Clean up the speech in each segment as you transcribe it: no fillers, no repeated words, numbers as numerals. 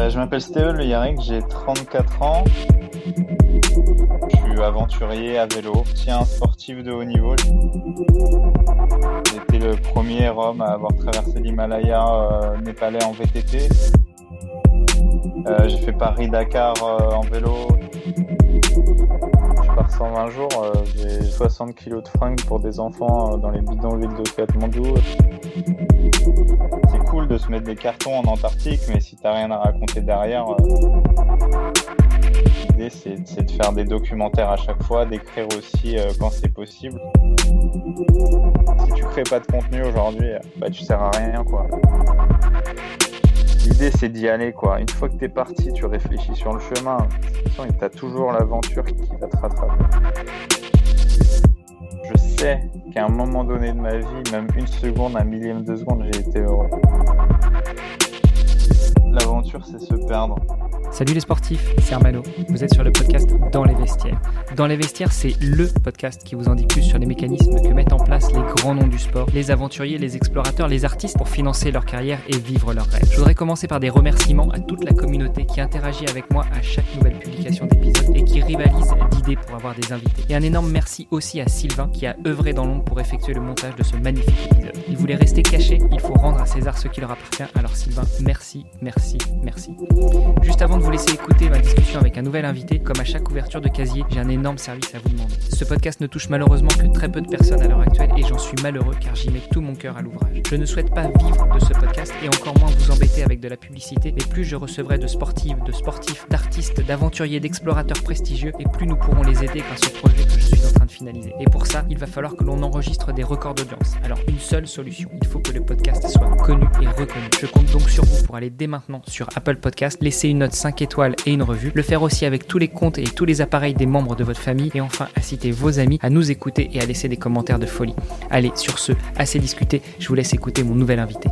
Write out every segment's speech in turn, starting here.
Je m'appelle Stéphane Le Yarrick, j'ai 34 ans. Je suis aventurier à vélo, ancien sportif de haut niveau. J'étais le premier homme à avoir traversé l'Himalaya népalais en VTT. J'ai fait Paris-Dakar en vélo. Je pars 120 jours, j'ai 60 kilos de fringues pour des enfants dans les bidonvilles de Katmandou. C'est cool de se mettre des cartons en Antarctique, mais si t'as rien à raconter derrière, l'idée c'est de faire des documentaires à chaque fois, d'écrire aussi quand c'est possible. Si tu crées pas de contenu aujourd'hui, tu sers à rien, quoi. L'idée c'est d'y aller, quoi. Une fois que t'es parti, tu réfléchis sur le chemin. De toute façon, t'as toujours l'aventure qui va te rattraper. Je sais qu'à un moment donné de ma vie, même une seconde, un millième de seconde, j'ai été heureux. L'aventure, c'est se perdre. Salut les sportifs, c'est Armano. Vous êtes sur le podcast Dans les vestiaires. Dans les vestiaires, c'est le podcast qui vous en dit plus sur les mécanismes que mettent en place les grands noms du sport, les aventuriers, les explorateurs, les artistes pour financer leur carrière et vivre leurs rêves. Je voudrais commencer par des remerciements à toute la communauté qui interagit avec moi à chaque nouvelle publication d'épisode et qui rivalise d'idées pour avoir des invités. Et un énorme merci aussi à Sylvain qui a œuvré dans l'ombre pour effectuer le montage de ce magnifique épisode. Il voulait rester caché, il faut rendre à César ce qui leur appartient. Alors Sylvain, merci. Juste avant de vous laisser écouter ma discussion avec un nouvel invité, comme à chaque ouverture de casier, j'ai un énorme service à vous demander. Ce podcast ne touche malheureusement que très peu de personnes à l'heure actuelle et j'en suis malheureux car j'y mets tout mon cœur à l'ouvrage. Je ne souhaite pas vivre de ce podcast et encore moins vous embêter avec de la publicité, et plus je recevrai de sportives, d'artistes, d'aventuriers, d'explorateurs prestigieux, et plus nous pourrons les aider grâce au projet que je suis en train de finaliser. Et pour ça, il va falloir que l'on enregistre des records d'audience. Alors une seule solution, il faut que le podcast soit connu et reconnu. Je compte donc sur vous pour aller dès maintenant sur Apple Podcast, laisser une note 5 étoiles et une revue, le faire aussi avec tous les comptes et tous les appareils des membres de votre famille, et enfin inciter vos amis à nous écouter et à laisser des commentaires de folie. Allez, sur ce, assez discuté, je vous laisse écouter mon nouvel invité.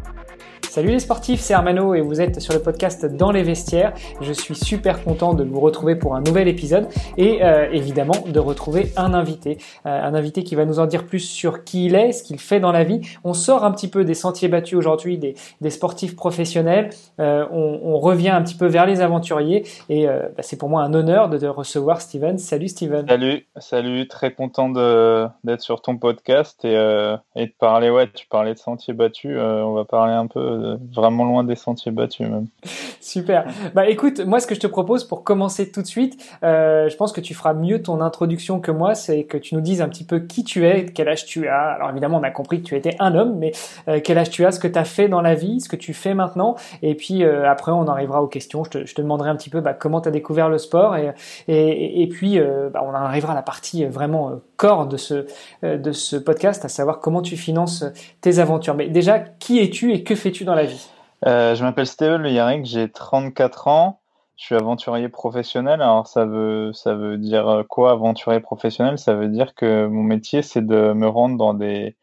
Salut les sportifs, c'est Armano et vous êtes sur le podcast Dans les vestiaires. Je suis super content de vous retrouver pour un nouvel épisode et évidemment de retrouver un invité qui va nous en dire plus sur qui il est, ce qu'il fait dans la vie. On sort un petit peu des sentiers battus aujourd'hui, des sportifs professionnels. On revient un petit peu vers les aventuriers et c'est pour moi un honneur de recevoir Steven. Salut Steven. Salut, très content d'être sur ton podcast et de parler. Ouais, tu parlais de sentiers battus, on va parler un peu vraiment loin des sentiers battus même. Super. Écoute, moi ce que je te propose pour commencer tout de suite, je pense que tu feras mieux ton introduction que moi, c'est que tu nous dises un petit peu qui tu es, quel âge tu as. Alors évidemment on a compris que tu étais un homme, mais quel âge tu as, ce que tu as fait dans la vie, ce que tu fais maintenant, et puis après on arrivera aux questions. Je te demanderai un petit peu comment tu as découvert le sport et puis on en arrivera à la partie vraiment corps de ce podcast, à savoir comment tu finances tes aventures. Mais déjà, qui es-tu et que fais-tu dans la vie ? Je m'appelle Stéphane Le Yarrick, j'ai 34 ans, je suis aventurier professionnel. Alors ça veut dire quoi, aventurier professionnel? Ça veut dire que mon métier c'est de me rendre dans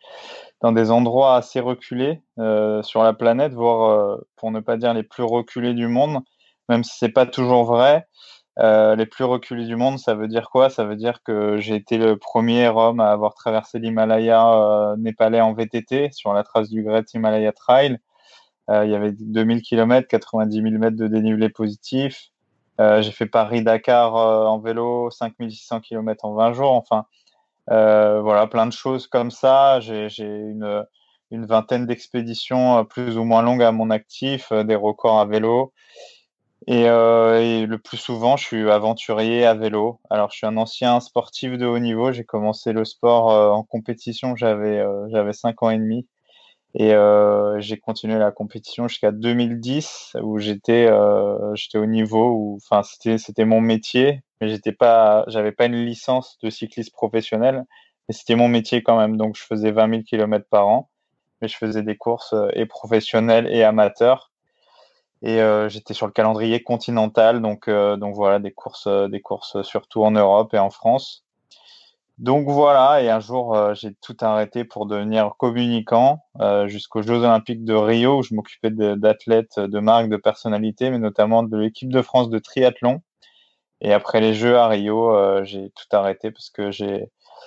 des endroits assez reculés sur la planète, voire pour ne pas dire les plus reculés du monde, même si c'est pas toujours vrai. Les plus reculés du monde, ça veut dire quoi? Ça veut dire que j'ai été le premier homme à avoir traversé l'Himalaya népalais en VTT sur la trace du Great Himalaya Trail. Il y avait 2000 km, 90 000 mètres de dénivelé positif. J'ai fait Paris-Dakar en vélo, 5600 km en 20 jours. Enfin, voilà, plein de choses comme ça. J'ai une vingtaine d'expéditions plus ou moins longues à mon actif, des records à vélo. Et le plus souvent, je suis aventurier à vélo. Alors, je suis un ancien sportif de haut niveau. J'ai commencé le sport en compétition, j'avais 5 ans et demi. Et j'ai continué la compétition jusqu'à 2010 où j'étais au niveau où, enfin, c'était mon métier, mais j'avais pas une licence de cycliste professionnel, mais c'était mon métier quand même. Donc, je faisais 20 000 km par an, mais je faisais des courses et professionnelles et amateurs. Et j'étais sur le calendrier continental, donc voilà, des courses surtout en Europe et en France. Donc voilà, et un jour j'ai tout arrêté pour devenir communicant jusqu'aux Jeux Olympiques de Rio où je m'occupais d'athlètes, de marques, de personnalités, mais notamment de l'équipe de France de triathlon. Et après les Jeux à Rio, j'ai tout arrêté parce que j'ai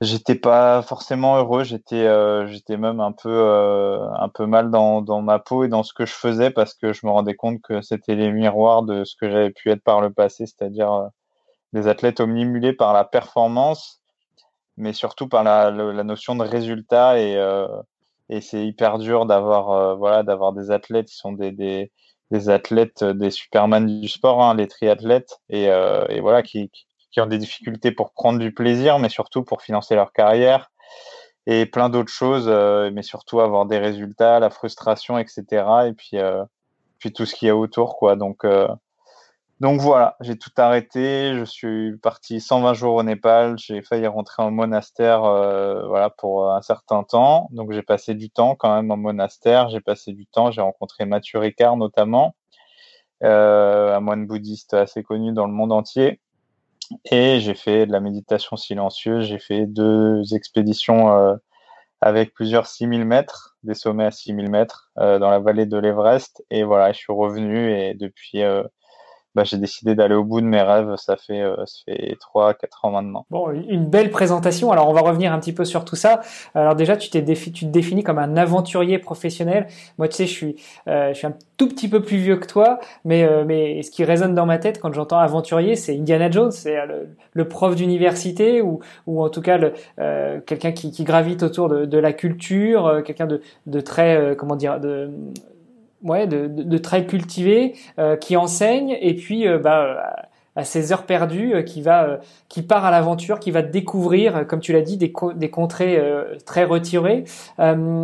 j'étais pas forcément heureux. J'étais même un peu mal dans ma peau et dans ce que je faisais parce que je me rendais compte que c'était les miroirs de ce que j'avais pu être par le passé, c'est-à-dire des athlètes omnibulés par la performance, mais surtout par la notion de résultat et c'est hyper dur d'avoir d'avoir des athlètes qui sont des athlètes, des superman du sport, hein, les triathlètes et voilà qui ont des difficultés pour prendre du plaisir, mais surtout pour financer leur carrière et plein d'autres choses, mais surtout avoir des résultats, la frustration, etc. Et puis tout ce qu'il y a autour, quoi. Donc voilà, j'ai tout arrêté. Je suis parti 120 jours au Népal. J'ai failli rentrer en monastère, voilà, pour un certain temps. Donc j'ai passé du temps quand même en monastère. J'ai passé du temps. J'ai rencontré Mathieu Ricard notamment, un moine bouddhiste assez connu dans le monde entier. Et j'ai fait de la méditation silencieuse. J'ai fait 2 expéditions avec plusieurs 6000 mètres, des sommets à 6000 mètres dans la vallée de l'Everest. Et voilà, je suis revenu et depuis j'ai décidé d'aller au bout de mes rêves. Ça fait 3, 4 ans maintenant. Bon, une belle présentation. Alors, on va revenir un petit peu sur tout ça. Alors déjà, tu te définis comme un aventurier professionnel. Moi, tu sais, je suis un tout petit peu plus vieux que toi, mais ce qui résonne dans ma tête quand j'entends aventurier, c'est Indiana Jones, c'est le prof d'université ou en tout cas quelqu'un qui gravite autour de la culture, quelqu'un de très, comment dire, de très cultivé, qui enseigne et puis à ses heures perdues, qui part à l'aventure, qui va découvrir, comme tu l'as dit, des contrées très retirées. Euh,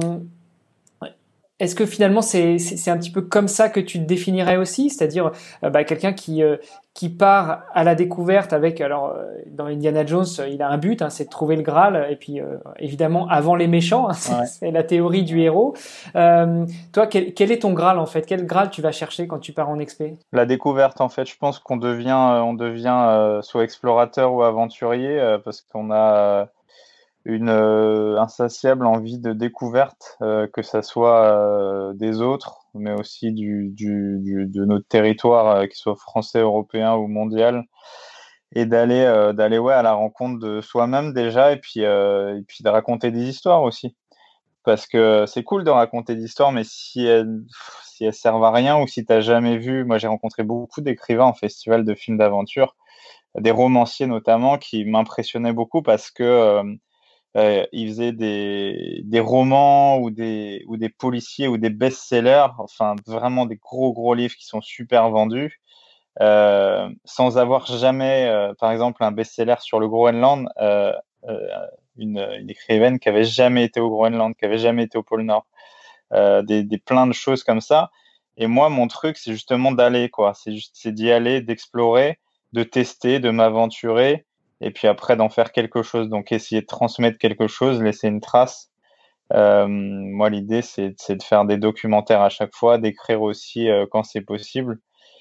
Est-ce que finalement c'est un petit peu comme ça que tu te définirais aussi, c'est-à-dire quelqu'un qui part à la découverte avec dans Indiana Jones il a un but, hein, c'est de trouver le Graal et puis évidemment avant les méchants, hein, Ouais. c'est la théorie du héros. Toi quel est ton Graal en fait? Quel Graal tu vas chercher quand tu pars en expé? La découverte, en fait, je pense on devient soit explorateur ou aventurier parce qu'on a une insatiable envie de découverte, que ça soit des autres, mais aussi de notre territoire, qu'il soit français, européen ou mondial, et d'aller ouais à la rencontre de soi-même déjà, et puis de raconter des histoires aussi, parce que c'est cool de raconter des histoires, mais si elles servent à rien ou si t'as jamais vu, moi j'ai rencontré beaucoup d'écrivains en festival de films d'aventure, des romanciers notamment qui m'impressionnaient beaucoup parce que ils faisaient des romans ou des policiers ou des best-sellers, enfin vraiment des gros livres qui sont super vendus, sans avoir jamais, par exemple, un best-seller sur le Groenland, euh, une écrivaine qui avait jamais été au Groenland, qui avait jamais été au pôle Nord, des plein de choses comme ça. Et moi, mon truc, c'est justement d'aller, quoi. C'est d'y aller, d'explorer, de tester, de m'aventurer, et puis après d'en faire quelque chose. Donc, essayer de transmettre quelque chose, laisser une trace. Moi, l'idée, c'est de faire des documentaires à chaque fois, d'écrire aussi quand c'est possible.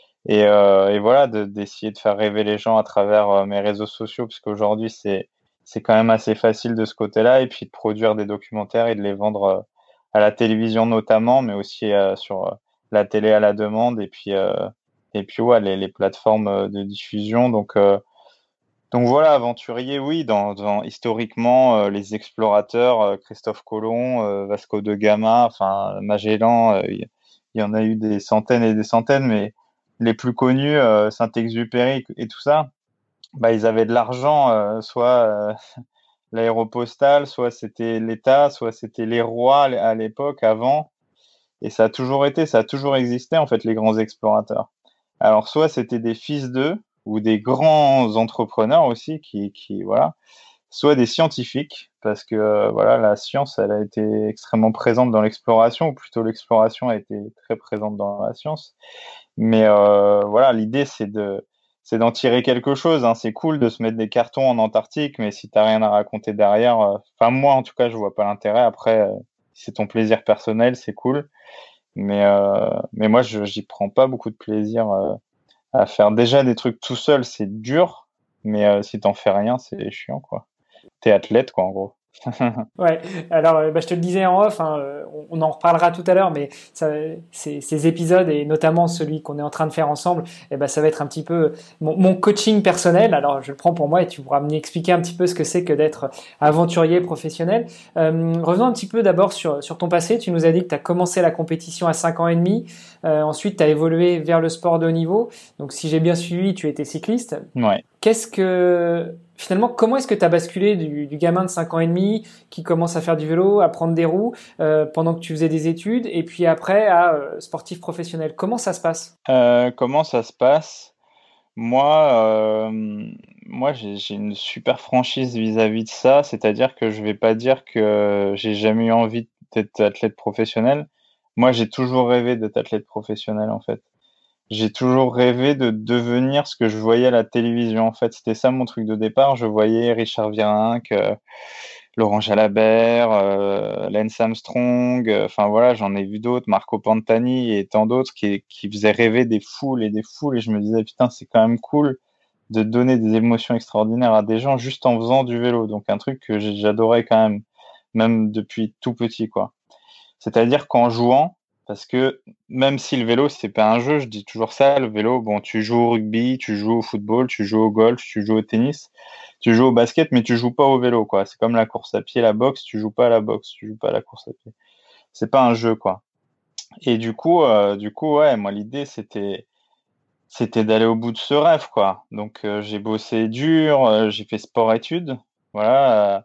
Et voilà, d'essayer de faire rêver les gens à travers mes réseaux sociaux, parce qu'aujourd'hui, c'est quand même assez facile de ce côté-là, et puis de produire des documentaires et de les vendre à la télévision notamment, mais aussi sur la télé à la demande, et puis ouais, les plateformes de diffusion. Donc voilà, aventurier, oui, historiquement, les explorateurs, Christophe Colomb, Vasco de Gama, enfin Magellan, il y en a eu des centaines et des centaines, mais les plus connus, Saint-Exupéry et tout ça, bah, ils avaient de l'argent, soit l'aéropostale, soit c'était l'État, soit c'était les rois à l'époque, avant, et ça a toujours existé, en fait, les grands explorateurs. Alors, soit c'était des fils d'eux, ou des grands entrepreneurs aussi, voilà, soit des scientifiques, parce que voilà, la science, elle a été extrêmement présente dans l'exploration, ou plutôt l'exploration a été très présente dans la science. Mais voilà, l'idée, c'est d'en tirer quelque chose, hein. C'est cool de se mettre des cartons en Antarctique, mais si t'as rien à raconter derrière, enfin moi en tout cas, je vois pas l'intérêt. Après, si c'est ton plaisir personnel, c'est cool. Mais moi, j'y prends pas beaucoup de plaisir à faire. Déjà des trucs tout seul, c'est dur, mais si t'en fais rien, c'est chiant, quoi. T'es athlète, quoi, en gros. Ouais, alors je te le disais en off, hein, on en reparlera tout à l'heure, mais ces épisodes et notamment celui qu'on est en train de faire ensemble, ça va être un petit peu mon coaching personnel. Alors je le prends pour moi et tu pourras m'expliquer un petit peu ce que c'est que d'être aventurier professionnel. Revenons un petit peu d'abord sur ton passé. Tu nous as dit que tu as commencé la compétition à 5 ans et demi, ensuite tu as évolué vers le sport de haut niveau. Donc si j'ai bien suivi, tu étais cycliste. Ouais. Finalement, comment est-ce que tu as basculé du gamin de 5 ans et demi qui commence à faire du vélo, à prendre des roues pendant que tu faisais des études, et puis après à sportif professionnel? Comment ça se passe? Comment ça se passe? Moi, moi j'ai une super franchise vis-à-vis de ça, c'est-à-dire que je vais pas dire que j'ai jamais eu envie d'être athlète professionnel. Moi, j'ai toujours rêvé d'être athlète professionnel, en fait. J'ai toujours rêvé de devenir ce que je voyais à la télévision. En fait, c'était ça mon truc de départ. Je voyais Richard Virenque, Laurent Jalabert, Lance Armstrong. Enfin voilà, j'en ai vu d'autres, Marco Pantani et tant d'autres qui faisaient rêver des foules et des foules. Et je me disais, putain, c'est quand même cool de donner des émotions extraordinaires à des gens juste en faisant du vélo. Donc un truc que j'adorais quand même depuis tout petit, quoi. C'est-à-dire qu'en jouant, parce que même si le vélo, c'est pas un jeu, je dis toujours ça, le vélo, bon, tu joues au rugby, tu joues au football, tu joues au golf, tu joues au tennis, tu joues au basket, mais tu joues pas au vélo, quoi. C'est comme la course à pied, la boxe, tu joues pas à la boxe, tu joues pas à la course à pied. C'est pas un jeu, quoi. Et du coup, ouais, moi, l'idée, c'était d'aller au bout de ce rêve, quoi. Donc, j'ai bossé dur, j'ai fait sport-études, voilà,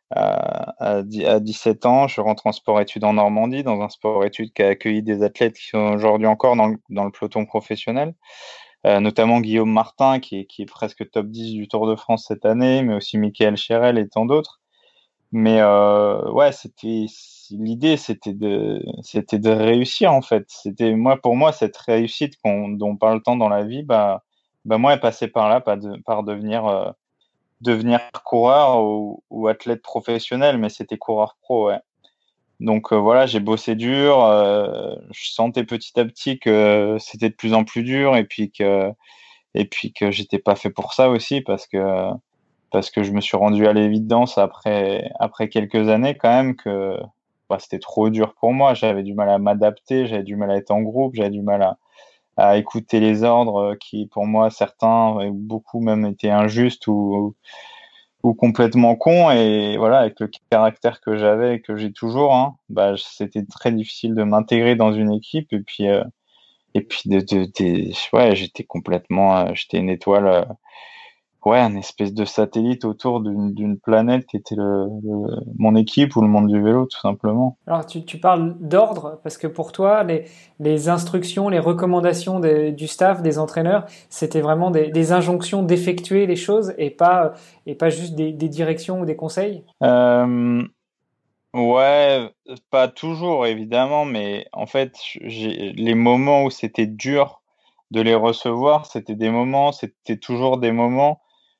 à 17 ans, je rentre en sport-études en Normandie, dans un sport-études qui a accueilli des athlètes qui sont aujourd'hui encore dans le peloton professionnel, notamment Guillaume Martin, qui est presque top 10 du Tour de France cette année, mais aussi Michael Cherel et tant d'autres. Mais ouais, l'idée, c'était de réussir en fait. Pour moi cette réussite dont on parle tant dans la vie, bah moi, elle passait par là, par devenir coureur ou athlète professionnel, mais c'était coureur pro, ouais. Donc voilà, j'ai bossé dur. Je sentais petit à petit que c'était de plus en plus dur et puis que j'étais pas fait pour ça aussi parce que je me suis rendu à l'évidence après quelques années quand même que bah, c'était trop dur pour moi. J'avais du mal à m'adapter, j'avais du mal à être en groupe, j'avais du mal à écouter les ordres qui, pour moi, certains, et beaucoup même, étaient injustes ou complètement cons. Et voilà, avec le caractère que j'avais et que j'ai toujours, hein, bah, c'était très difficile de m'intégrer dans une équipe. Et puis ouais, j'étais une étoile. Ouais, un espèce de satellite autour d'une planète qui était mon équipe ou le monde du vélo, tout simplement. Alors tu parles d'ordre parce que pour toi, les instructions, les recommandations du staff, des entraîneurs, c'était vraiment des injonctions d'effectuer les choses et pas juste des directions ou des conseils? Euh, ouais, pas toujours évidemment, mais en fait, les moments où c'était dur de les recevoir, c'était toujours des moments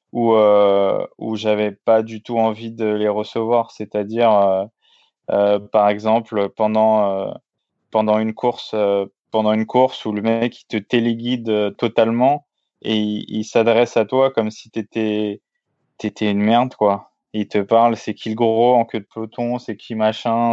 où j'avais pas du tout envie de les recevoir. C'est-à-dire, par exemple, pendant une course où le mec il te téléguide totalement et il s'adresse à toi comme si t'étais une merde, quoi. Il te parle, c'est qui le gros en queue de peloton, c'est qui machin,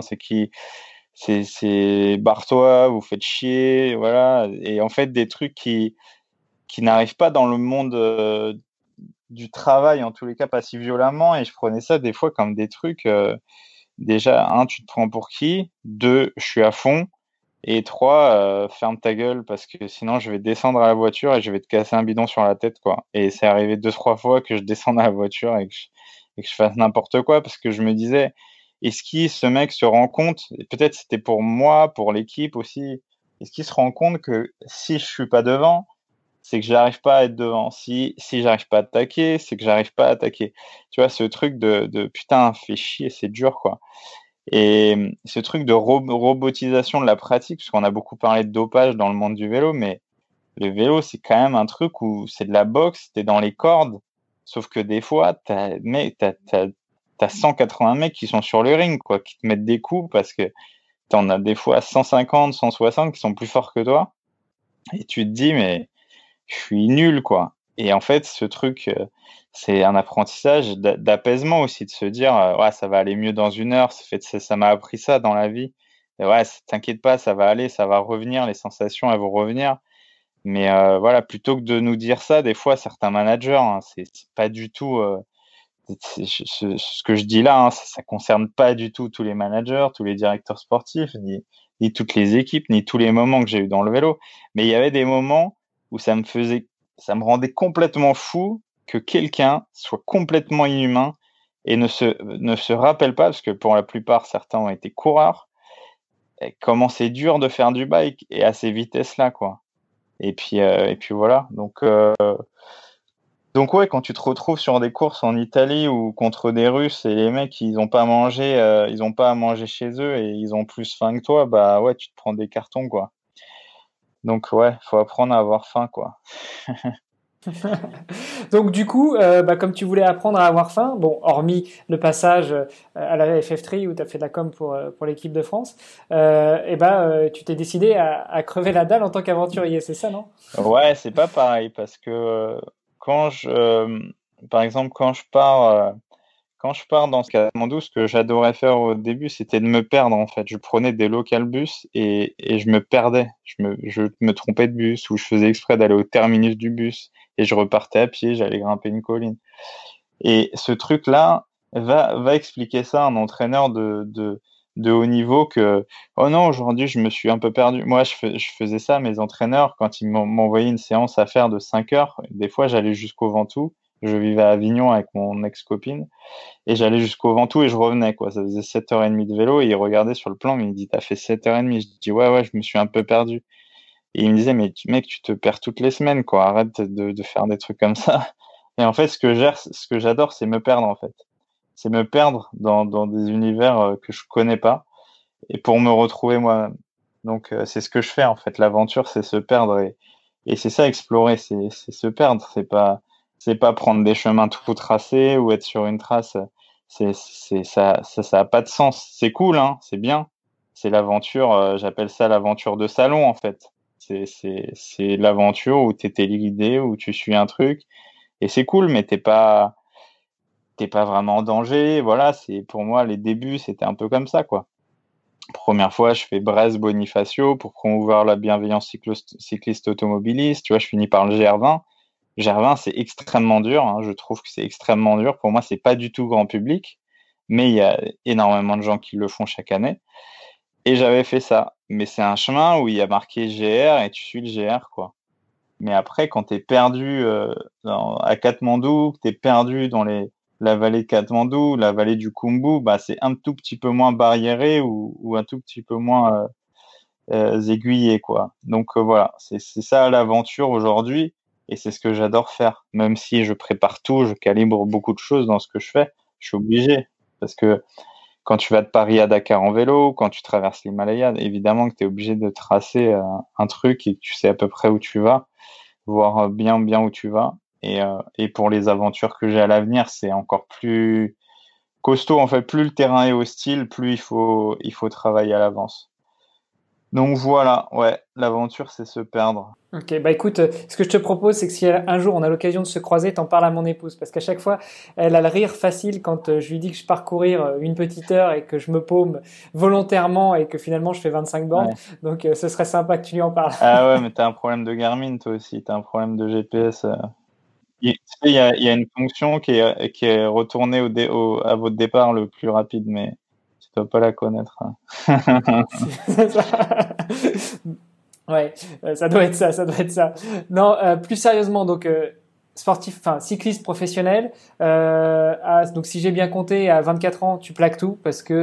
c'est barre-toi, vous faites chier, voilà. Et en fait, des trucs qui n'arrivent pas dans le monde du travail, en tous les cas, pas si violemment. Et je prenais ça des fois comme des trucs, déjà, un, tu te prends pour qui? Deux, je suis à fond. Et trois, ferme ta gueule parce que sinon je vais descendre à la voiture et je vais te casser un bidon sur la tête, quoi. Et c'est arrivé 2, 3 fois que je descende à la voiture et que je fasse n'importe quoi parce que je me disais, ce mec se rend compte, et peut-être c'était pour moi, pour l'équipe aussi, est-ce qu'il se rend compte que si je suis pas devant, c'est que j'arrive pas à être devant. Si j'arrive pas à attaquer, c'est que j'arrive pas à attaquer. Tu vois, ce truc de putain, fait chier, c'est dur, quoi. Et ce truc de robotisation de la pratique, parce qu'on a beaucoup parlé de dopage dans le monde du vélo, mais le vélo, c'est quand même un truc où c'est de la boxe, t'es dans les cordes, sauf que des fois, t'as 180 mecs qui sont sur le ring, quoi, qui te mettent des coups parce que t'en as des fois 150, 160 qui sont plus forts que toi, et tu te dis, mais je suis nul, quoi. Et en fait, ce truc, c'est un apprentissage d'apaisement aussi, de se dire, ouais, ça va aller mieux dans 1 heure. Ça m'a appris ça dans la vie. Et ouais, t'inquiète pas, ça va aller, ça va revenir, les sensations, elles vont revenir. Mais voilà, plutôt que de nous dire ça, des fois, certains managers, hein, c'est pas du tout. Ce que je dis là, hein, ça concerne pas du tout tous les managers, tous les directeurs sportifs, ni toutes les équipes, ni tous les moments que j'ai eu dans le vélo. Mais il y avait des moments où ça me rendait complètement fou que quelqu'un soit complètement inhumain et ne se rappelle pas, parce que pour la plupart, certains ont été coureurs, et comment c'est dur de faire du bike et à ces vitesses-là, quoi. Et puis voilà. Donc ouais, quand tu te retrouves sur des courses en Italie ou contre des Russes et les mecs ils ont pas à manger chez eux et ils ont plus faim que toi, bah ouais, tu te prends des cartons quoi. Donc ouais, faut apprendre à avoir faim quoi. Donc du coup, comme tu voulais apprendre à avoir faim, bon, hormis le passage à la FF3 où tu as fait de la com pour l'équipe de France, tu t'es décidé à crever la dalle en tant qu'aventurier, c'est ça, non? Ouais, c'est pas pareil parce que quand je, par exemple, quand je pars dans ce Katmandou, ce que j'adorais faire au début, c'était de me perdre en fait. Je prenais des local bus et je me perdais. Je me trompais de bus ou je faisais exprès d'aller au terminus du bus et je repartais à pied, j'allais grimper une colline. Et ce truc-là va expliquer ça à un entraîneur de haut niveau que, oh non, aujourd'hui, je me suis un peu perdu. Moi, je faisais ça, mes entraîneurs, quand ils m'envoyaient une séance à faire de 5 heures, des fois, j'allais jusqu'au Ventoux. Je vivais à Avignon avec mon ex-copine et j'allais jusqu'au Ventoux et je revenais, quoi. Ça faisait 7h30 de vélo et il regardait sur le plan, mais il me dit, t'as fait 7h30. Je dis, ouais, je me suis un peu perdu. Et il me disait, mais mec, tu te perds toutes les semaines, quoi. Arrête de faire des trucs comme ça. Et en fait, ce que j'adore, c'est me perdre, en fait. C'est me perdre dans des univers que je connais pas et pour me retrouver moi-même. Donc, c'est ce que je fais, en fait. L'aventure, c'est se perdre et c'est ça, explorer, c'est se perdre. C'est pas prendre des chemins tout tracés ou être sur une trace. Ça a pas de sens. C'est cool, hein, c'est bien. C'est l'aventure, j'appelle ça l'aventure de salon, en fait. C'est l'aventure où tu es téléguidé, où tu suis un truc et c'est cool, mais t'es pas vraiment en danger. Voilà, c'est pour moi les débuts, c'était un peu comme ça, quoi. Première fois, je fais Brest-Bonifacio pour promouvoir la bienveillance cycliste automobiliste. Tu vois, je finis par le GR20. GR20, c'est extrêmement dur, hein. Je trouve que c'est extrêmement dur. Pour moi, c'est pas du tout grand public, mais il y a énormément de gens qui le font chaque année. Et j'avais fait ça. Mais c'est un chemin où il y a marqué GR et tu suis le GR, quoi. Mais après, quand tu es perdu à Katmandou, que tu es perdu dans la vallée de Katmandou, la vallée du Khumbu, bah, c'est un tout petit peu moins barriéré ou un tout petit peu moins aiguillé, quoi. Donc voilà, c'est ça l'aventure aujourd'hui et c'est ce que j'adore faire. Même si je prépare tout, je calibre beaucoup de choses dans ce que je fais, je suis obligé. Parce que quand tu vas de Paris à Dakar en vélo, quand tu traverses l'Himalaya, évidemment que tu es obligé de tracer un truc et que tu sais à peu près où tu vas, voir bien où tu vas. Et pour les aventures que j'ai à l'avenir, c'est encore plus costaud. En fait, plus le terrain est hostile, plus il faut travailler à l'avance. Donc voilà, ouais, l'aventure, c'est se perdre. Ok, bah écoute, ce que je te propose, c'est que si un jour on a l'occasion de se croiser, t'en parles à mon épouse, parce qu'à chaque fois, elle a le rire facile quand je lui dis que je pars courir une petite heure et que je me paume volontairement et que finalement je fais 25 bornes. Ouais. Donc ce serait sympa que tu lui en parles. Ah ouais, mais t'as un problème de Garmin, toi aussi, t'as un problème de GPS. Tu sais, il y a une fonction qui est retournée à votre départ le plus rapide, mais tu dois pas la connaître, hein. C'est ça. Ouais, ça doit être ça, ça doit être ça. Non, plus sérieusement, donc sportif, enfin cycliste professionnel. Donc si j'ai bien compté, à 24 ans, tu plaques tout parce que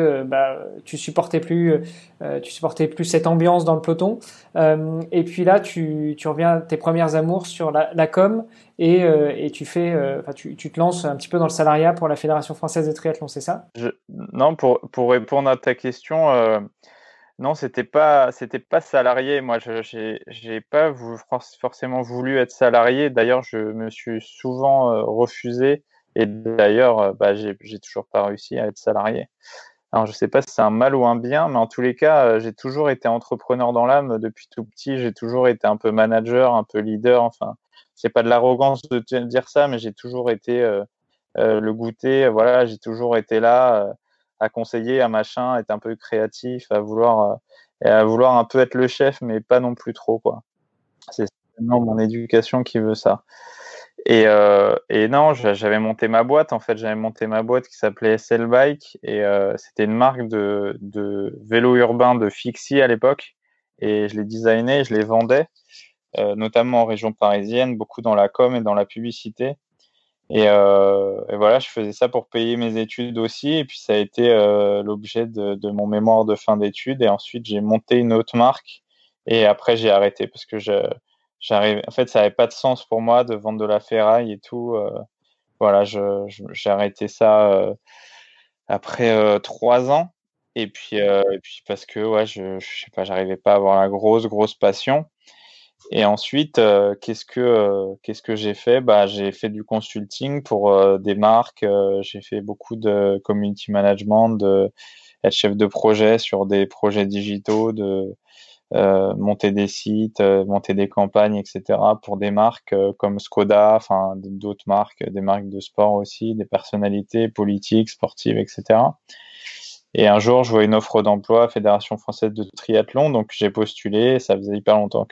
tu supportais plus cette ambiance dans le peloton. Et puis là, tu reviens à tes premières amours sur la com et tu te lances un petit peu dans le salariat pour la Fédération française de triathlon, c'est ça? Non, pour répondre à ta question, non, c'était pas salarié. Moi, j'ai pas forcément voulu être salarié. D'ailleurs, je me suis souvent refusé. Et d'ailleurs, j'ai toujours pas réussi à être salarié. Alors, je sais pas si c'est un mal ou un bien, mais en tous les cas, j'ai toujours été entrepreneur dans l'âme depuis tout petit. J'ai toujours été un peu manager, un peu leader. Enfin, c'est pas de l'arrogance de dire ça, mais j'ai toujours été le goûter. Voilà, j'ai toujours été là à conseiller, à machin, être un peu créatif, et à vouloir un peu être le chef, mais pas non plus trop, quoi. C'est certainement mon éducation qui veut ça. Et non, j'avais monté ma boîte. En fait, j'avais monté ma boîte qui s'appelait SL Bike et c'était une marque de vélo urbain de fixie à l'époque. Et je les designais, je les vendais, notamment en région parisienne, beaucoup dans la com et dans la publicité. Et voilà, je faisais ça pour payer mes études aussi. Et puis ça a été l'objet de mon mémoire de fin d'études. Et ensuite, j'ai monté une autre marque. Et après, j'ai arrêté parce que j'arrive. En fait, ça n'avait pas de sens pour moi de vendre de la ferraille et tout. Voilà, j'ai arrêté ça après 3 ans. Et puis parce que ouais, je sais pas, j'arrivais pas à avoir la grosse passion. Et ensuite, qu'est-ce que j'ai fait? Bah, j'ai fait du consulting pour des marques. J'ai fait beaucoup de community management, de être chef de projet sur des projets digitaux, de monter des sites, monter des campagnes, etc. pour des marques comme Skoda, enfin d'autres marques, des marques de sport aussi, des personnalités politiques, sportives, etc. Et un jour, je vois une offre d'emploi Fédération française de triathlon, donc j'ai postulé. Ça faisait hyper longtemps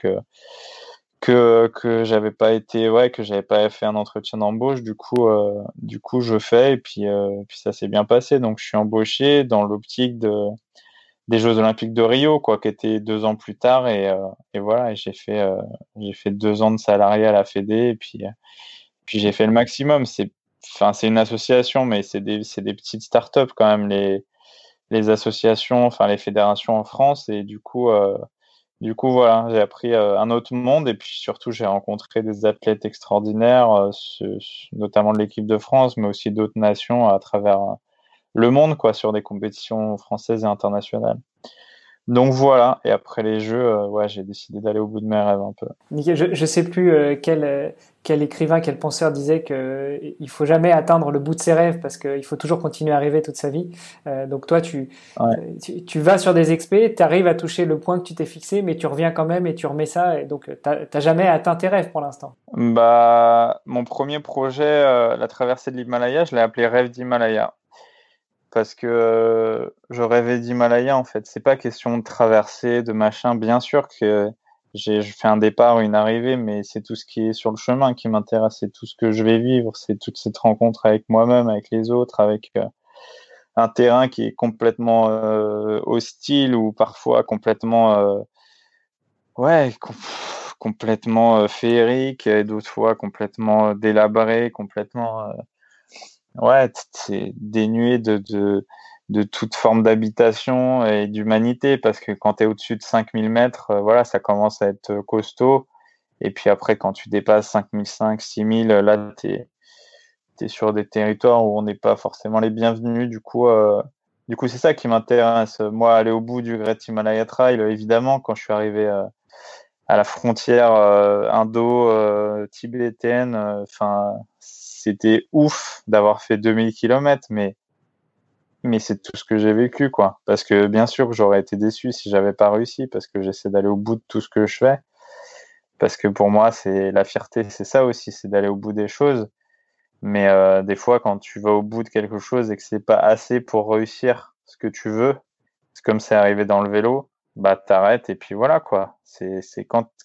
que j'avais pas été, ouais, que j'avais pas fait un entretien d'embauche. Du coup, je fais, et puis ça s'est bien passé. Donc, je suis embauché dans l'optique des Jeux Olympiques de Rio, quoi, qui était 2 ans plus tard. Et voilà, et j'ai fait 2 ans de salarié à la Fédé, et puis j'ai fait le maximum. Enfin, c'est une association, mais c'est des petites startups quand même, les associations, enfin, les fédérations en France. Et du coup, voilà, j'ai appris un autre monde, et puis surtout, j'ai rencontré des athlètes extraordinaires, notamment de l'équipe de France, mais aussi d'autres nations à travers le monde, quoi, sur des compétitions françaises et internationales. Donc voilà, et après les Jeux, ouais, j'ai décidé d'aller au bout de mes rêves un peu. Nickel. Je sais plus quel écrivain, quel penseur disait que il faut jamais atteindre le bout de ses rêves parce qu'il faut toujours continuer à rêver toute sa vie. Donc toi, Ouais. tu vas sur des expés, tu arrives à toucher le point que tu t'es fixé, mais tu reviens quand même et tu remets ça. Et donc t'as jamais atteint tes rêves pour l'instant. Bah, mon premier projet, la traversée de l'Himalaya, je l'ai appelé Rêve d'Himalaya. Parce que je rêvais d'Himalaya, en fait. C'est pas question de traverser, de machin. Bien sûr que je fais un départ, une arrivée, mais c'est tout ce qui est sur le chemin qui m'intéresse. C'est tout ce que je vais vivre. C'est toute cette rencontre avec moi-même, avec les autres, avec un terrain qui est complètement hostile ou parfois complètement, ouais, complètement féerique, et d'autres fois complètement délabré, complètement, ouais, c'est dénué de toute forme d'habitation et d'humanité, parce que quand tu es au-dessus de 5 000 mètres, voilà, ça commence à être costaud. Et puis après, quand tu dépasses 5 500, 6 000, là, tu es sur des territoires où on n'est pas forcément les bienvenus. Du coup, c'est ça qui m'intéresse. Moi, aller au bout du Great Himalaya Trail, évidemment, quand je suis arrivé à la frontière indo-tibétaine, enfin, c'était ouf d'avoir fait 2 000 kilomètres, mais c'est tout ce que j'ai vécu, quoi. Parce que bien sûr que j'aurais été déçu si j'avais pas réussi, parce que j'essaie d'aller au bout de tout ce que je fais. Parce que pour moi, c'est la fierté, c'est ça aussi, c'est d'aller au bout des choses. Mais des fois, quand tu vas au bout de quelque chose et que c'est pas assez pour réussir ce que tu veux, c'est comme c'est arrivé dans le vélo, bah t'arrêtes, et puis voilà, quoi. C'est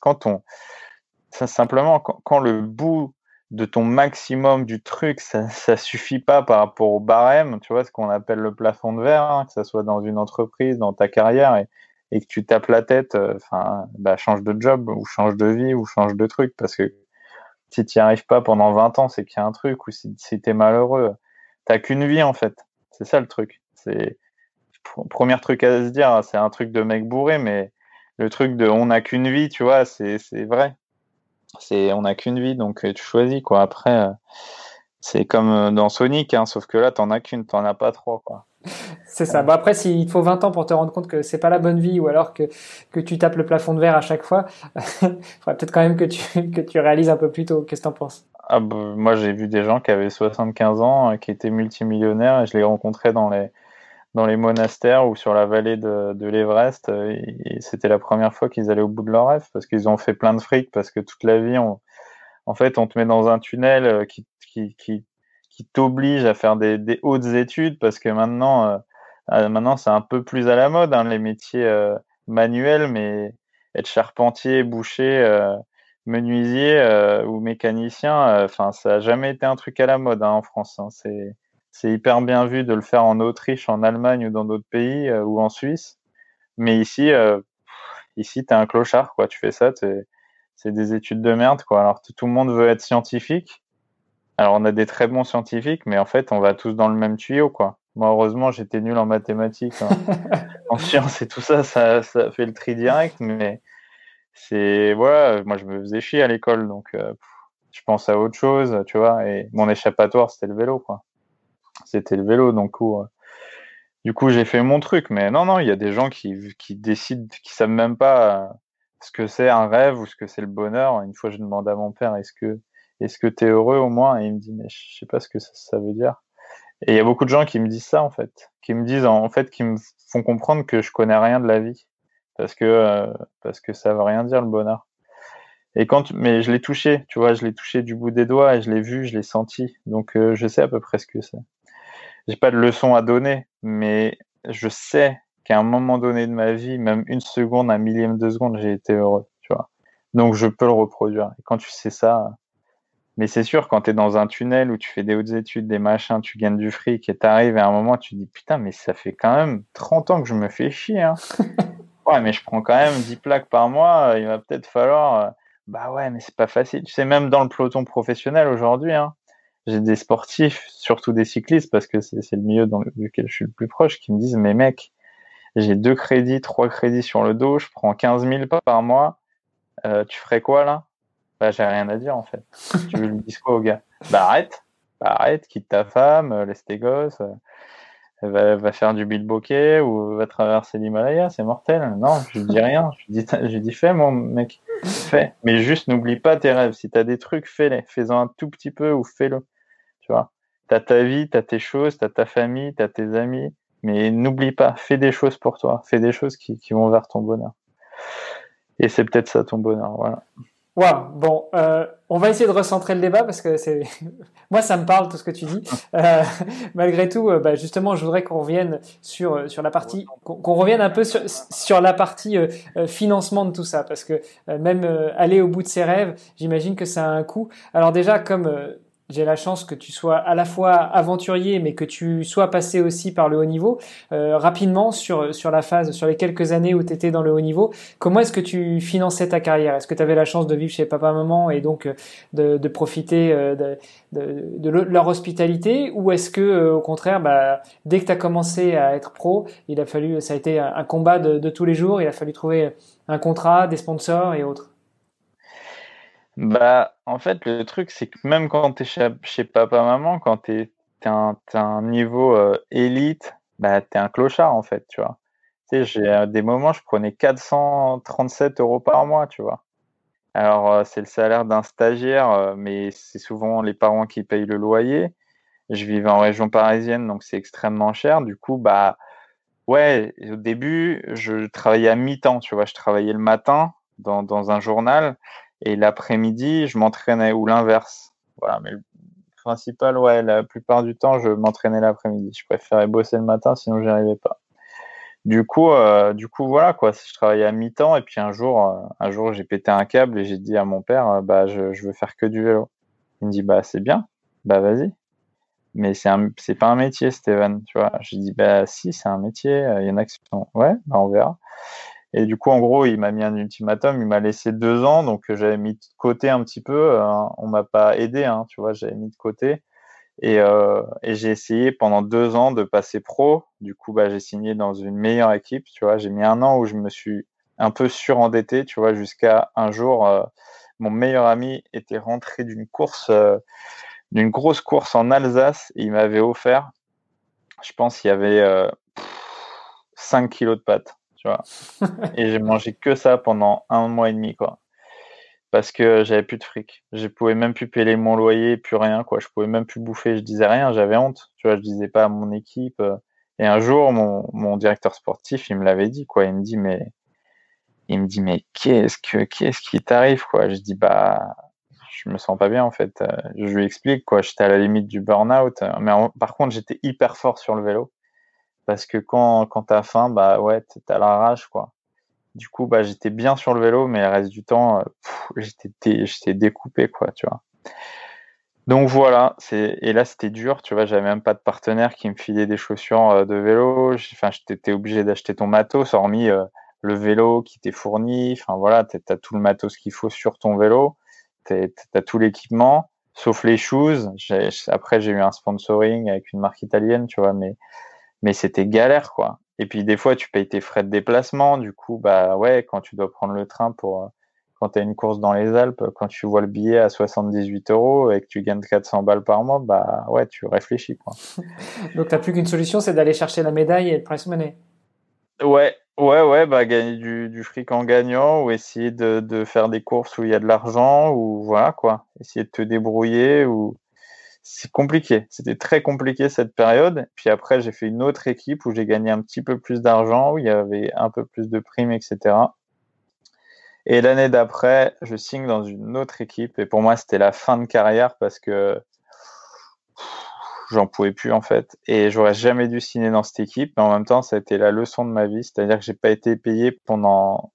ça, simplement, quand le bout de ton maximum du truc, ça suffit pas par rapport au barème, tu vois, ce qu'on appelle le plafond de verre, hein, que ça soit dans une entreprise, dans ta carrière, et que tu tapes la tête, enfin, bah, change de job, ou change de vie, ou change de truc, parce que si tu n'y arrives pas pendant 20 ans, c'est qu'il y a un truc, ou si tu es malheureux, t'as qu'une vie, en fait. C'est ça le truc. C'est premier truc à se dire, c'est un truc de mec bourré, mais le truc de on n'a qu'une vie, tu vois, c'est vrai. On n'a qu'une vie, donc tu choisis, quoi. Après, c'est comme dans Sonic, hein, sauf que là, t'en as qu'une, t'en as pas trois, quoi. C'est ça. Bon, après, s'il te faut 20 ans pour te rendre compte que c'est pas la bonne vie ou alors que tu tapes le plafond de verre à chaque fois, il faudrait peut-être quand même que tu réalises un peu plus tôt. Qu'est-ce que t'en penses? Ah, bah, moi, j'ai vu des gens qui avaient 75 ans, qui étaient multimillionnaires, et je les rencontrais dans les monastères ou sur la vallée de l'Everest. Et c'était la première fois qu'ils allaient au bout de leur rêve parce qu'ils ont fait plein de fric parce que toute la vie, en fait, on te met dans un tunnel qui t'oblige à faire des hautes études parce que maintenant c'est un peu plus à la mode, hein, les métiers manuels, mais être charpentier, boucher, menuisier ou mécanicien, enfin, ça a jamais été un truc à la mode, hein, en France. Hein. C'est hyper bien vu de le faire en Autriche, en Allemagne ou dans d'autres pays ou en Suisse. Mais ici, t'es un clochard, quoi. Tu fais ça, c'est des études de merde, quoi. Alors tout le monde veut être scientifique. Alors on a des très bons scientifiques, mais en fait, on va tous dans le même tuyau, quoi. Moi, heureusement, j'étais nul en mathématiques, en sciences et tout ça, ça fait le tri direct, mais voilà, moi je me faisais chier à l'école, donc je pense à autre chose, tu vois, et mon échappatoire, c'était le vélo, quoi. C'était le vélo, donc du coup, j'ai fait mon truc, mais non, il y a des gens qui décident, qui savent même pas ce que c'est un rêve ou ce que c'est le bonheur. Une fois, je demande à mon père, est-ce que t'es heureux au moins? Et il me dit, mais je sais pas ce que ça veut dire. Et il y a beaucoup de gens qui me disent ça, en fait, qui me disent, en fait, qui me font comprendre que je connais rien de la vie, parce que, euh, parce que ça veut rien dire le bonheur. Mais je l'ai touché, tu vois, je l'ai touché du bout des doigts et je l'ai vu, je l'ai senti. Donc, je sais à peu près ce que c'est. J'ai pas de leçon à donner, mais je sais qu'à un moment donné de ma vie, même une seconde, un millième de seconde, j'ai été heureux, tu vois. Donc je peux le reproduire. Et quand tu sais ça, mais c'est sûr, quand tu es dans un tunnel où tu fais des hautes études, des machins, tu gagnes du fric et t'arrives à un moment, tu te dis putain, mais ça fait quand même 30 ans que je me fais chier, hein. Ouais, mais je prends quand même 10 plaques par mois, il va peut-être falloir. Bah ouais, mais c'est pas facile. Tu sais, même dans le peloton professionnel aujourd'hui, hein, j'ai des sportifs, surtout des cyclistes, parce que c'est le milieu duquel je suis le plus proche, qui me disent, mais mec, j'ai 2 crédits, 3 crédits sur le dos, je prends 15 000 par mois, tu ferais quoi là? Bah j'ai rien à dire en fait. Tu veux lui dire quoi au gars? Bah arrête, quitte ta femme, laisse tes gosses, va faire du bilboquet ou va traverser l'Himalaya, c'est mortel. Non, je lui dis rien, je lui dis fais mon mec, fais. Mais juste n'oublie pas tes rêves, si t'as des trucs, fais-les, fais-en un tout petit peu ou fais-le. Tu vois, t'as ta vie, t'as tes choses, t'as ta famille, t'as tes amis, mais n'oublie pas, fais des choses pour toi, fais des choses qui vont vers ton bonheur. Et c'est peut-être ça ton bonheur, voilà. Waouh, bon, on va essayer de recentrer le débat parce que moi ça me parle tout ce que tu dis. Euh, Malgré tout, bah, justement, je voudrais qu'on revienne sur la partie, qu'on revienne un peu sur la partie financement de tout ça, parce que même aller au bout de ses rêves, j'imagine que ça a un coût. Alors déjà, comme j'ai la chance que tu sois à la fois aventurier, mais que tu sois passé aussi par le haut niveau. Rapidement, sur les quelques années où tu étais dans le haut niveau, comment est-ce que tu finançais ta carrière? Est-ce que tu avais la chance de vivre chez papa-maman et donc de profiter de leur hospitalité? Ou est-ce que, au contraire, bah, dès que tu as commencé à être pro, ça a été un combat de tous les jours, il a fallu trouver un contrat, des sponsors et autres? Bah, en fait, le truc, c'est que même quand t'es chez papa-maman, quand t'as un niveau élite, bah, t'es un clochard, en fait, tu vois. Tu sais, j'ai des moments, je prenais 437 euros par mois, tu vois. Alors, c'est le salaire d'un stagiaire, mais c'est souvent les parents qui payent le loyer. Je vivais en région parisienne, donc c'est extrêmement cher. Du coup, bah, ouais, au début, je travaillais à mi-temps, tu vois. Je travaillais le matin dans un journal et l'après-midi, je m'entraînais ou l'inverse. Voilà, mais le principal, ouais, la plupart du temps, je m'entraînais l'après-midi. Je préférais bosser le matin, sinon j'y arrivais pas. Du coup, voilà quoi. Je travaillais à mi-temps et puis un jour, j'ai pété un câble et j'ai dit à mon père, bah, je veux faire que du vélo. Il me dit, bah, c'est bien, bah, vas-y. Mais c'est pas un métier, Steven, tu vois. J'ai dit, bah, si, c'est un métier. Il y en a qui sont, ouais, bah, on verra. Et du coup, en gros, il m'a mis un ultimatum. Il m'a laissé 2 ans, donc j'avais mis de côté un petit peu. On m'a pas aidé, hein, tu vois. J'avais mis de côté. Et j'ai essayé pendant 2 ans de passer pro. Du coup, bah, j'ai signé dans une meilleure équipe. Tu vois, j'ai mis un an où je me suis un peu surendetté. Tu vois, jusqu'à un jour, mon meilleur ami était rentré d'une grosse course en Alsace et il m'avait offert, je pense, il y avait 5 kilos de pâtes. Tu vois, et j'ai mangé que ça pendant un mois et demi, quoi. Parce que j'avais plus de fric. Je pouvais même plus payer mon loyer, plus rien, quoi. Je pouvais même plus bouffer. Je disais rien, j'avais honte. Tu vois, je disais pas à mon équipe. Et un jour, mon directeur sportif, il me l'avait dit, quoi. Il me dit, mais qu'est-ce qui t'arrive, quoi? Je dis, bah, je me sens pas bien, en fait. Je lui explique, quoi. J'étais à la limite du burn-out. Par contre, j'étais hyper fort sur le vélo. Parce que quand t'as faim, bah, ouais, t'as la rage, quoi. Du coup, bah, j'étais bien sur le vélo, mais le reste du temps, j'étais découpé, quoi, tu vois. Donc voilà, et là c'était dur, tu vois, j'avais même pas de partenaire qui me filait des chaussures de vélo. Enfin, j'étais obligé d'acheter ton matos, hormis le vélo qui t'est fourni. Enfin voilà, t'as tout le matos qu'il faut sur ton vélo, t'as tout l'équipement, sauf les shoes. Après, j'ai eu un sponsoring avec une marque italienne, tu vois, mais c'était galère, quoi. Et puis des fois, tu payes tes frais de déplacement. Du coup, bah ouais, quand tu dois prendre le train quand tu as une course dans les Alpes, quand tu vois le billet à 78 euros et que tu gagnes 400 balles par mois, bah ouais, tu réfléchis, quoi. Donc, tu n'as plus qu'une solution, c'est d'aller chercher la médaille et le prize money. Ouais, bah gagner du fric en gagnant ou essayer de faire des courses où il y a de l'argent ou voilà, quoi. Essayer de te débrouiller ou c'est compliqué. C'était très compliqué cette période. Puis après, j'ai fait une autre équipe où j'ai gagné un petit peu plus d'argent, où il y avait un peu plus de primes, etc. Et l'année d'après, je signe dans une autre équipe. Et pour moi, c'était la fin de carrière parce que j'en pouvais plus en fait. Et j'aurais jamais dû signer dans cette équipe. Mais en même temps, ça a été la leçon de ma vie. C'est-à-dire que j'ai pas été payé pendant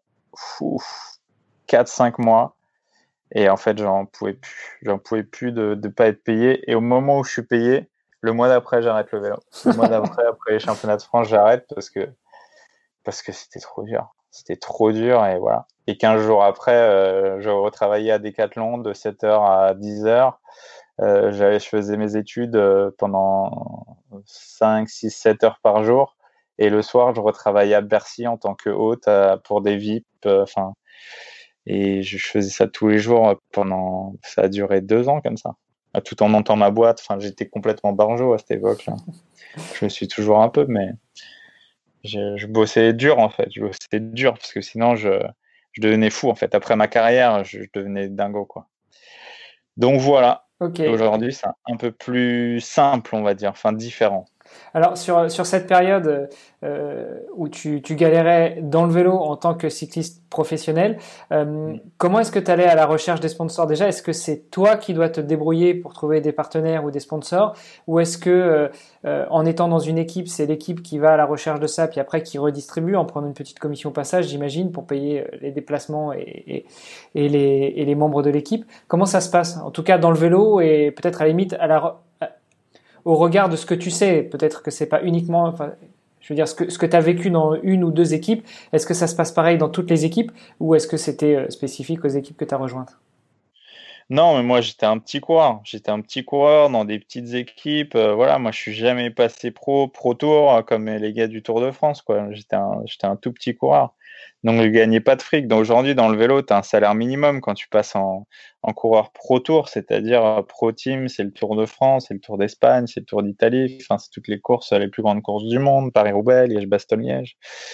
4-5 mois. Et en fait, j'en pouvais plus. J'en pouvais plus de pas être payé. Et au moment où je suis payé, le mois d'après, j'arrête le vélo. Le mois d'après, après les championnats de France, j'arrête parce que c'était trop dur. C'était trop dur et voilà. Et 15 jours après, je retravaillais à Decathlon de 7h à 10h. Je faisais mes études pendant 5, 6, 7 heures par jour. Et le soir, je retravaillais à Bercy en tant que hôte pour des VIP. Enfin, et je faisais ça tous les jours pendant. Ça a duré 2 ans comme ça. Tout en montant ma boîte. Enfin, j'étais complètement barjo à cette époque-là. Je me suis toujours un peu, mais je bossais dur en fait. Je bossais dur parce que sinon, je devenais fou en fait. Après ma carrière, je devenais dingo, quoi. Donc voilà. Ok. Aujourd'hui, c'est un peu plus simple, on va dire, enfin différent. Alors, sur cette période où tu galérais dans le vélo en tant que cycliste professionnel, comment est-ce que tu allais à la recherche des sponsors? Déjà, est-ce que c'est toi qui dois te débrouiller pour trouver des partenaires ou des sponsors? Ou est-ce que, en étant dans une équipe, c'est l'équipe qui va à la recherche de ça, puis après qui redistribue en prenant une petite commission au passage, j'imagine, pour payer les déplacements et les membres de l'équipe? Comment ça se passe? En tout cas, dans le vélo et peut-être à la limite au regard de ce que tu sais, peut-être que c'est pas uniquement, enfin, je veux dire, ce que tu as vécu dans une ou deux équipes, est-ce que ça se passe pareil dans toutes les équipes ou est-ce que c'était spécifique aux équipes que tu as rejointes? Non, mais moi j'étais un petit coureur. J'étais un petit coureur dans des petites équipes. Voilà, moi je suis jamais passé pro tour comme les gars du Tour de France, quoi. J'étais un tout petit coureur. Donc je gagnais pas de fric. Donc aujourd'hui dans le vélo, tu as un salaire minimum quand tu passes en coureur pro tour, c'est-à-dire pro team, c'est le Tour de France, c'est le Tour d'Espagne, c'est le Tour d'Italie. Enfin, c'est toutes les courses, les plus grandes courses du monde, Paris-Roubaix, Liège-Bastogne-Liège.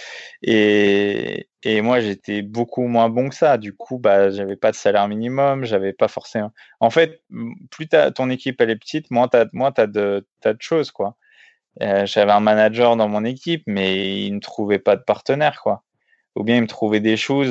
Et moi, j'étais beaucoup moins bon que ça. Du coup, bah, j'avais pas de salaire minimum, j'avais pas forcément. En fait, plus ton équipe elle est petite, moins t'as de choses, quoi. J'avais un manager dans mon équipe, mais il ne trouvait pas de partenaire, quoi. Ou bien il me trouvait des choses,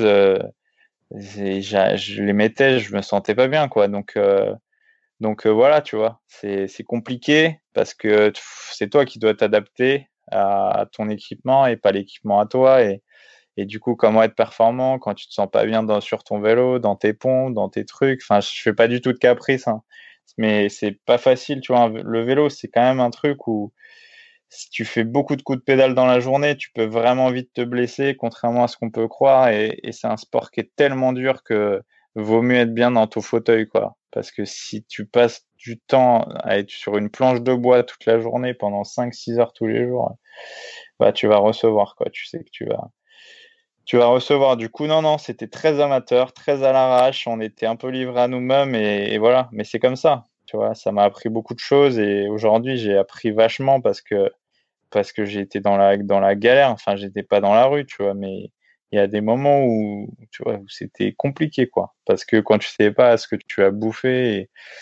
je les mettais, je me sentais pas bien, quoi. Donc voilà, tu vois, c'est compliqué parce que c'est toi qui dois t'adapter à ton équipement et pas l'équipement à toi. Et du coup, comment être performant quand tu te sens pas bien sur ton vélo, dans tes ponts, dans tes trucs. Enfin, je fais pas du tout de caprice, hein. Mais c'est pas facile, tu vois. Le vélo, c'est quand même un truc où si tu fais beaucoup de coups de pédale dans la journée, tu peux vraiment vite te blesser, contrairement à ce qu'on peut croire. Et c'est un sport qui est tellement dur que vaut mieux être bien dans ton fauteuil, quoi. Parce que si tu passes du temps à être sur une planche de bois toute la journée pendant 5-6 heures tous les jours, bah, tu vas recevoir, quoi. Tu sais que tu vas recevoir. Du coup, non, non, c'était très amateur, très à l'arrache. On était un peu livrés à nous-mêmes et voilà. Mais c'est comme ça, tu vois. Ça m'a appris beaucoup de choses et aujourd'hui, j'ai appris vachement parce que j'ai été dans la galère. Enfin, j'étais pas dans la rue, tu vois, mais il y a des moments où, tu vois, où c'était compliqué, quoi. Parce que quand tu sais pas ce que tu as bouffé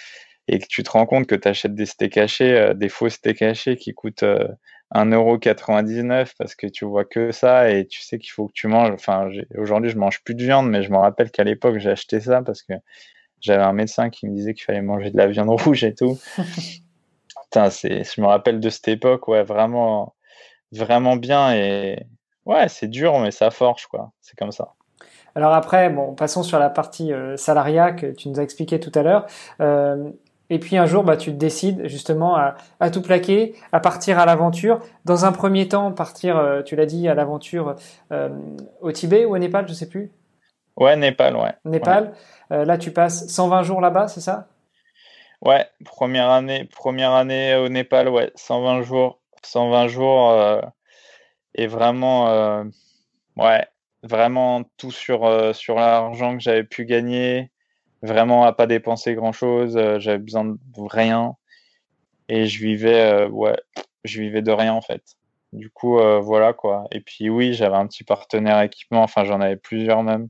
et que tu te rends compte que tu achètes des steaks hachés, des faux steaks hachés qui coûtent 1,99 € parce que tu vois que ça et tu sais qu'il faut que tu manges. Enfin, aujourd'hui, je mange plus de viande, mais je me rappelle qu'à l'époque, j'ai acheté ça parce que j'avais un médecin qui me disait qu'il fallait manger de la viande rouge et tout. Putain, je me rappelle de cette époque, ouais, vraiment, vraiment bien et ouais, c'est dur, mais ça forge, quoi. C'est comme ça. Alors après, bon, passons sur la partie salariat que tu nous as expliqué tout à l'heure. Et puis un jour, bah, tu te décides justement à tout plaquer, à partir à l'aventure. Dans un premier temps, partir, tu l'as dit, à l'aventure au Tibet ou au Népal, je sais plus. Ouais, Népal, ouais. Népal. Là, tu passes 120 jours là-bas, c'est ça? Ouais, première année au Népal, ouais, 120 jours et vraiment, ouais, vraiment tout sur l'argent que j'avais pu gagner, vraiment à pas dépenser grand-chose, j'avais besoin de rien et ouais, je vivais de rien en fait. Du coup, voilà quoi. Et puis oui, j'avais un petit partenaire équipement, enfin j'en avais plusieurs même.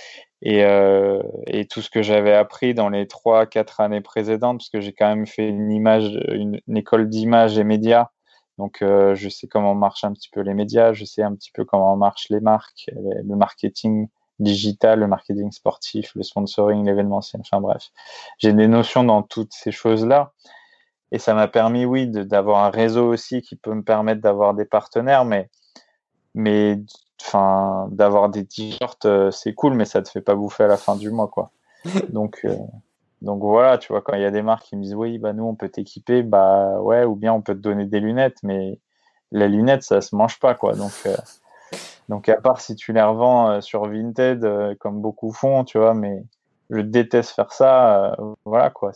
Et tout ce que j'avais appris dans les 3, 4 années précédentes, parce que j'ai quand même fait une école d'image et médias. Donc, je sais comment marchent un petit peu les médias, je sais un petit peu comment marchent les marques, le marketing digital, le marketing sportif, le sponsoring, l'événementiel, enfin bref. J'ai des notions dans toutes ces choses-là. Et ça m'a permis, oui, d'avoir un réseau aussi qui peut me permettre d'avoir des partenaires, mais enfin, d'avoir des t-shirts, c'est cool, mais ça te fait pas bouffer à la fin du mois, quoi. Donc, donc voilà, tu vois, quand il y a des marques qui me disent, oui, bah nous, on peut t'équiper, bah ouais, ou bien on peut te donner des lunettes, mais la lunette, ça se mange pas, quoi. Donc à part si tu les revends sur Vinted, comme beaucoup font, tu vois, mais je déteste faire ça, voilà, quoi.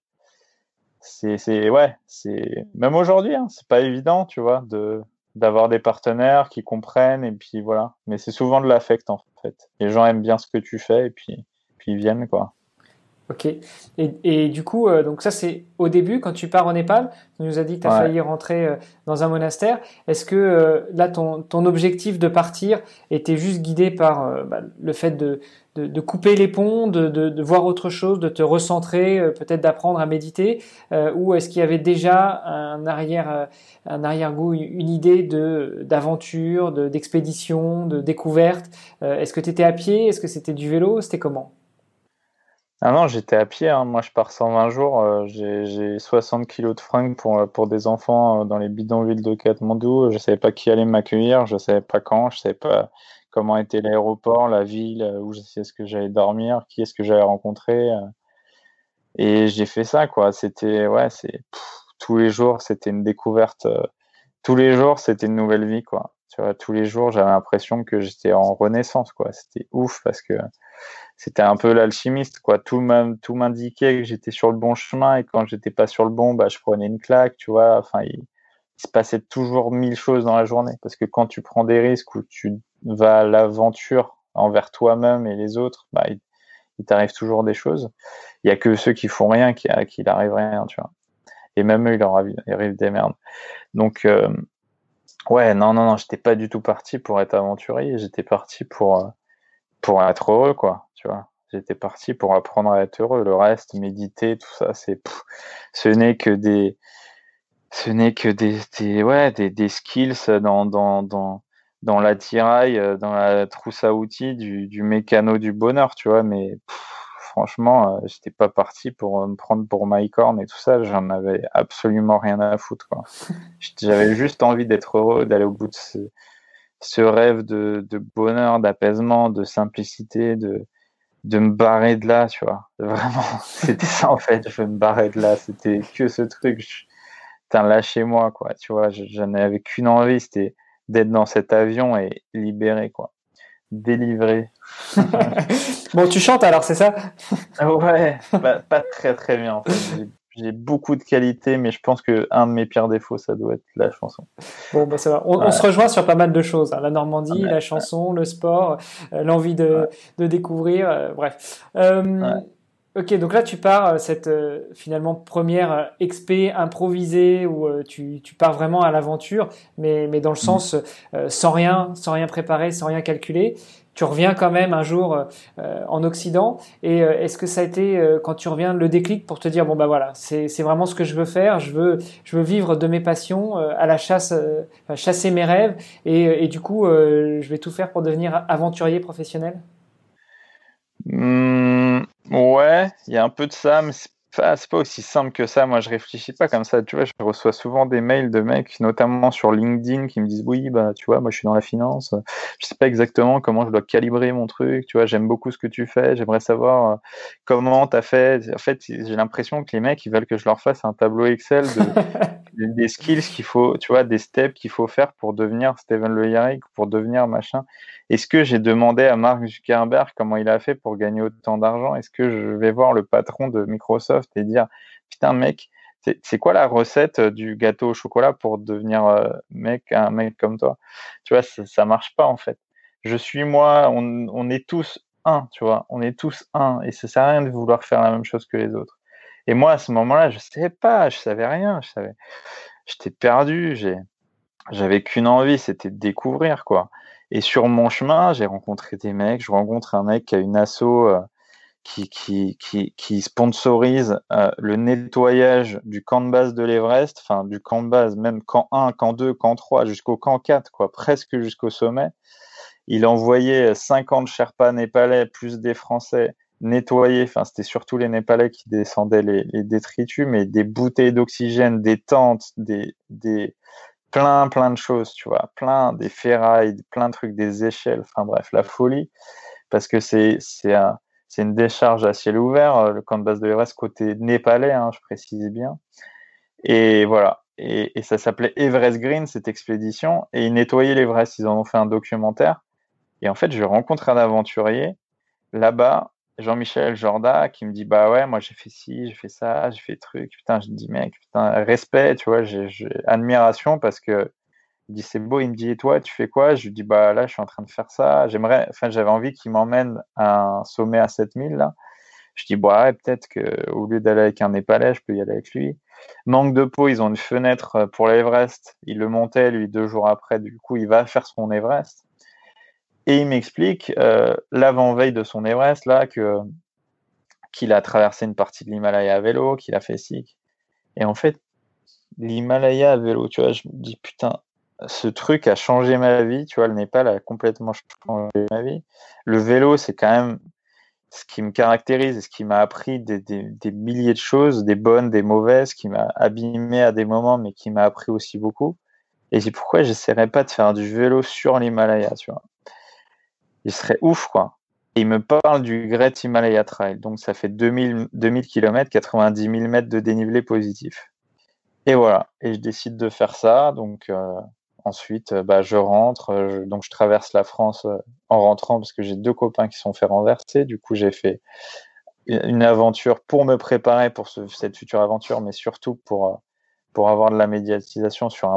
Ouais, même aujourd'hui, hein, c'est pas évident, tu vois, d'avoir des partenaires qui comprennent et puis voilà. Mais c'est souvent de l'affect en fait. Les gens aiment bien ce que tu fais et puis ils viennent quoi. Ok. Et du coup, donc ça c'est au début quand tu pars au Népal. Tu nous as dit que tu as Ouais. failli rentrer dans un monastère. Est-ce que là ton objectif de partir était juste guidé par le fait de couper les ponts, de voir autre chose, de te recentrer, peut-être d'apprendre à méditer, ou est-ce qu'il y avait déjà un arrière-goût, une idée d'aventure, d'expédition, de découverte? Est-ce que tu étais à pied? Est-ce que c'était du vélo? C'était comment? Ah non, j'étais à pied, hein. Moi, je pars 120 jours. J'ai 60 kilos de fringues pour des enfants dans les bidonvilles de Katmandou. Je savais pas qui allait m'accueillir, je savais pas quand, je savais pas comment était l'aéroport, la ville, où est-ce que j'allais dormir, qui est-ce que j'allais rencontrer. Et j'ai fait ça, quoi. C'était, ouais, tous les jours, c'était une découverte. Tous les jours, c'était une nouvelle vie, quoi. Tu vois, tous les jours, j'avais l'impression que j'étais en renaissance, quoi. C'était ouf parce que c'était un peu l'alchimiste, quoi. Tout m'indiquait que j'étais sur le bon chemin et quand j'étais pas sur le bon, bah, je prenais une claque, tu vois. Enfin, il se passait toujours 1000 choses dans la journée parce que quand tu prends des risques ou tu vas à l'aventure envers toi-même et les autres, bah, il t'arrive toujours des choses. Il y a que ceux qui font rien qui n'arrive rien, tu vois. Et même eux, il arrive des merdes. Donc, ouais, non, j'étais pas du tout parti pour être aventurier. J'étais parti pour être heureux, quoi, tu vois. J'étais parti pour apprendre à être heureux. Le reste, méditer, tout ça, ce n'est que des skills dans l'attirail, dans la trousse à outils du mécano du bonheur, tu vois. Mais franchement, j'étais pas parti pour me prendre pour Mike Horn et tout ça. J'en avais absolument rien à foutre, quoi. J'avais juste envie d'être heureux, d'aller au bout de ce rêve de bonheur, d'apaisement, de simplicité, de me barrer de là, tu vois. Vraiment, c'était ça en fait. Je veux me barrer de là. C'était que ce truc. Putain, lâchez-moi, quoi. Tu vois, j'en avais qu'une envie, c'était d'être dans cet avion et libéré, quoi. Délivré. Bon, tu chantes alors, c'est ça? Ouais, pas très très bien en fait. J'ai beaucoup de qualités, mais je pense que un de mes pires défauts, ça doit être la chanson. Bon, bah ça va. On se rejoint sur pas mal de choses, hein. La Normandie, Ouais, la chanson, le sport, l'envie de découvrir, bref. ouais. Ok, donc là tu pars cette finalement première expé improvisée où tu pars vraiment à l'aventure, mais dans le Mm. sens sans rien préparer, sans rien calculer. tu reviens quand même un jour en Occident. Et est-ce que ça a été, quand tu reviens, le déclic pour te dire, bon, bah voilà, c'est vraiment ce que je veux faire, je veux vivre de mes passions, à la chasse, chasser mes rêves, et du coup, je vais tout faire pour devenir aventurier professionnel? Ouais, il y a un peu de ça, mais c'est pas aussi simple que ça. Moi, je réfléchis pas comme ça. Tu vois, je reçois souvent des mails de mecs, notamment sur LinkedIn, qui me disent, oui, bah, tu vois, moi, je suis dans la finance. Je sais pas exactement comment je dois calibrer mon truc. Tu vois, j'aime beaucoup ce que tu fais. J'aimerais savoir comment t'as fait. En fait, j'ai l'impression que les mecs, ils veulent que je leur fasse un tableau Excel des skills qu'il faut, tu vois, des steps qu'il faut faire pour devenir Steven Le Yarrick, pour devenir machin. Est-ce que j'ai demandé à Mark Zuckerberg comment il a fait pour gagner autant d'argent? Est-ce que je vais voir le patron de Microsoft et dire, putain, mec, c'est quoi la recette du gâteau au chocolat pour devenir un mec comme toi? Tu vois, ça marche pas en fait. Je suis moi, on est tous un, tu vois, on est tous un, et ça sert à rien de vouloir faire la même chose que les autres. Et moi, à ce moment-là, je savais pas, je savais rien, j'étais perdu, j'avais qu'une envie, c'était de découvrir, quoi. Et sur mon chemin, j'ai rencontré des mecs, je rencontre un mec qui a une asso qui sponsorise le nettoyage du camp de base de l'Everest, enfin du camp de base, même camp 1, camp 2, camp 3, jusqu'au camp 4, quoi, presque jusqu'au sommet. Il envoyait 50 Sherpas népalais, plus des Français, nettoyer, enfin c'était surtout les Népalais qui descendaient les détritus, mais des bouteilles d'oxygène, des tentes, plein de choses, tu vois, plein des ferrailles, plein de trucs, des échelles, enfin bref, la folie, parce que c'est une décharge à ciel ouvert, le camp de base de l'Everest côté népalais, hein, je précise bien. Et voilà. Et ça s'appelait Everest Green, cette expédition, et ils nettoyaient l'Everest, ils en ont fait un documentaire. Et en fait, je rencontre un aventurier là-bas, Jean-Michel Jorda, qui me dit, bah ouais, moi j'ai fait ci, j'ai fait ça, j'ai fait truc. Putain, je me dis, mec, putain, respect, tu vois, j'ai admiration parce que il dit, c'est beau. Il me dit, et toi, tu fais quoi? Je lui dis, bah là, je suis en train de faire ça. J'avais envie qu'il m'emmène à un sommet à 7000 là. Je dis, bah ouais, peut-être que au lieu d'aller avec un Népalais, je peux y aller avec lui. Manque de peau, ils ont une fenêtre pour l'Everest. Il le montait, lui, 2 jours après. Du coup, il va faire son Everest. Et il m'explique, l'avant-veille de son Everest, là, qu'il a traversé une partie de l'Himalaya à vélo, qu'il a fait ci. Et en fait, l'Himalaya à vélo, tu vois, je me dis, putain, ce truc a changé ma vie, tu vois, le Népal a complètement changé ma vie. Le vélo, c'est quand même ce qui me caractérise et ce qui m'a appris des milliers de choses, des bonnes, des mauvaises, qui m'a abîmé à des moments, mais qui m'a appris aussi beaucoup. Et c'est pourquoi j'essaierais pas de faire du vélo sur l'Himalaya, tu vois. Il serait ouf, quoi. Et il me parle du Great Himalaya Trail. Donc, ça fait 2000 km, 90 000 mètres de dénivelé positif. Et voilà. Et je décide de faire ça. Donc, ensuite, bah, je rentre. Donc, je traverse la France en rentrant parce que j'ai 2 copains qui sont fait renverser. Du coup, j'ai fait une aventure pour me préparer pour cette future aventure, mais surtout pour avoir de la médiatisation sur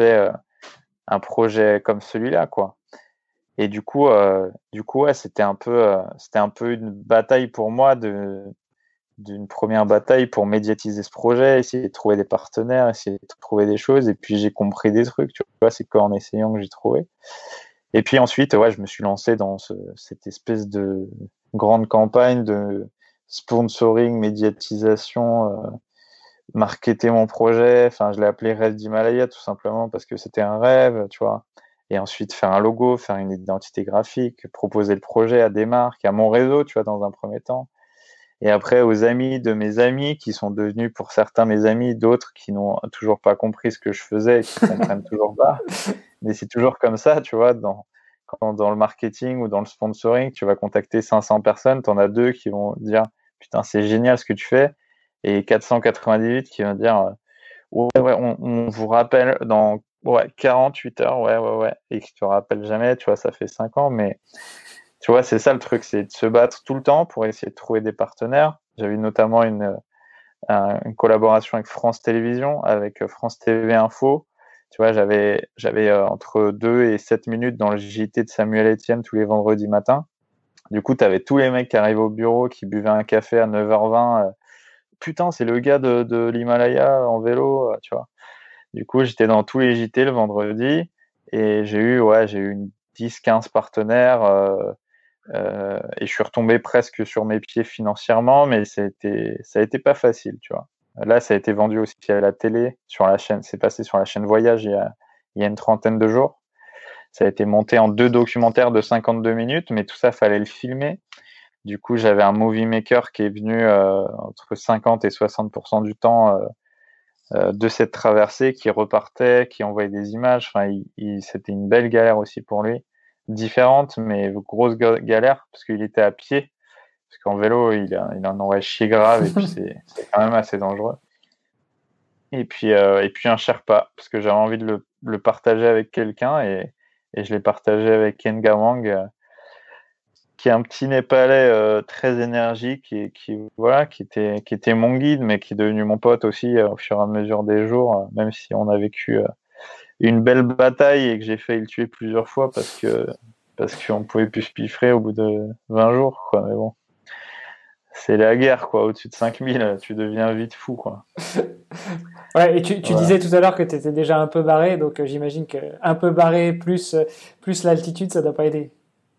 un projet comme celui-là, quoi. Et du coup, ouais, c'était un peu une bataille pour moi d'une première bataille pour médiatiser ce projet, essayer de trouver des partenaires, essayer de trouver des choses. Et puis j'ai compris des trucs, tu vois, c'est qu'en essayant que j'ai trouvé. Et puis ensuite, ouais, je me suis lancé dans cette espèce de grande campagne de sponsoring, médiatisation, marketer mon projet. Enfin, je l'ai appelé Rêve d'Himalaya tout simplement parce que c'était un rêve, tu vois. Et ensuite, faire un logo, faire une identité graphique, proposer le projet à des marques, à mon réseau, tu vois, dans un premier temps. Et après, aux amis de mes amis, qui sont devenus pour certains mes amis, d'autres qui n'ont toujours pas compris ce que je faisais et qui comprennent toujours pas. Mais c'est toujours comme ça, tu vois, dans le marketing ou dans le sponsoring, tu vas contacter 500 personnes, tu en as 2 qui vont dire, putain, c'est génial ce que tu fais, et 498 qui vont dire, ouais, on vous rappelle dans 48 heures, ouais, et qui te rappellent jamais, tu vois, ça fait 5 ans, mais tu vois, c'est ça le truc, c'est de se battre tout le temps pour essayer de trouver des partenaires. J'avais notamment une collaboration avec France Télévisions, avec France TV Info. Tu vois, j'avais entre 2 et 7 minutes dans le JT de Samuel Etienne tous les vendredis matins. Du coup, tu avais tous les mecs qui arrivaient au bureau, qui buvaient un café à 9h20. Putain, c'est le gars de l'Himalaya en vélo, tu vois. Du coup, j'étais dans tous les JT le vendredi et j'ai eu une 10-15 partenaires. Et je suis retombé presque sur mes pieds financièrement, mais ça a été pas facile, tu vois. Là, ça a été vendu aussi à la télé, sur la chaîne, c'est passé sur la chaîne Voyage il y a une trentaine de jours. Ça a été monté en 2 documentaires de 52 minutes, mais tout ça, fallait le filmer. Du coup, j'avais un movie maker qui est venu entre 50 et 60% du temps de cette traversée, qui repartait, qui envoyait des images. Enfin, c'était une belle galère aussi pour lui, différente, mais grosse galère parce qu'il était à pied. Parce qu'en vélo, il en aurait chié grave et puis c'est quand même assez dangereux. Et puis un Sherpa, parce que j'avais envie de le partager avec quelqu'un et je l'ai partagé avec Ken Gawang, qui est un petit Népalais très énergique et qui était mon guide, mais qui est devenu mon pote aussi au fur et à mesure des jours, même si on a vécu une belle bataille et que j'ai failli le tuer plusieurs fois parce qu'on pouvait plus se piffrer au bout de 20 jours, quoi. Mais bon, c'est la guerre, quoi. Au-dessus de 5000, tu deviens vite fou, quoi. Ouais, et tu disais tout à l'heure que tu étais déjà un peu barré, donc j'imagine que un peu barré plus l'altitude, ça doit pas aider.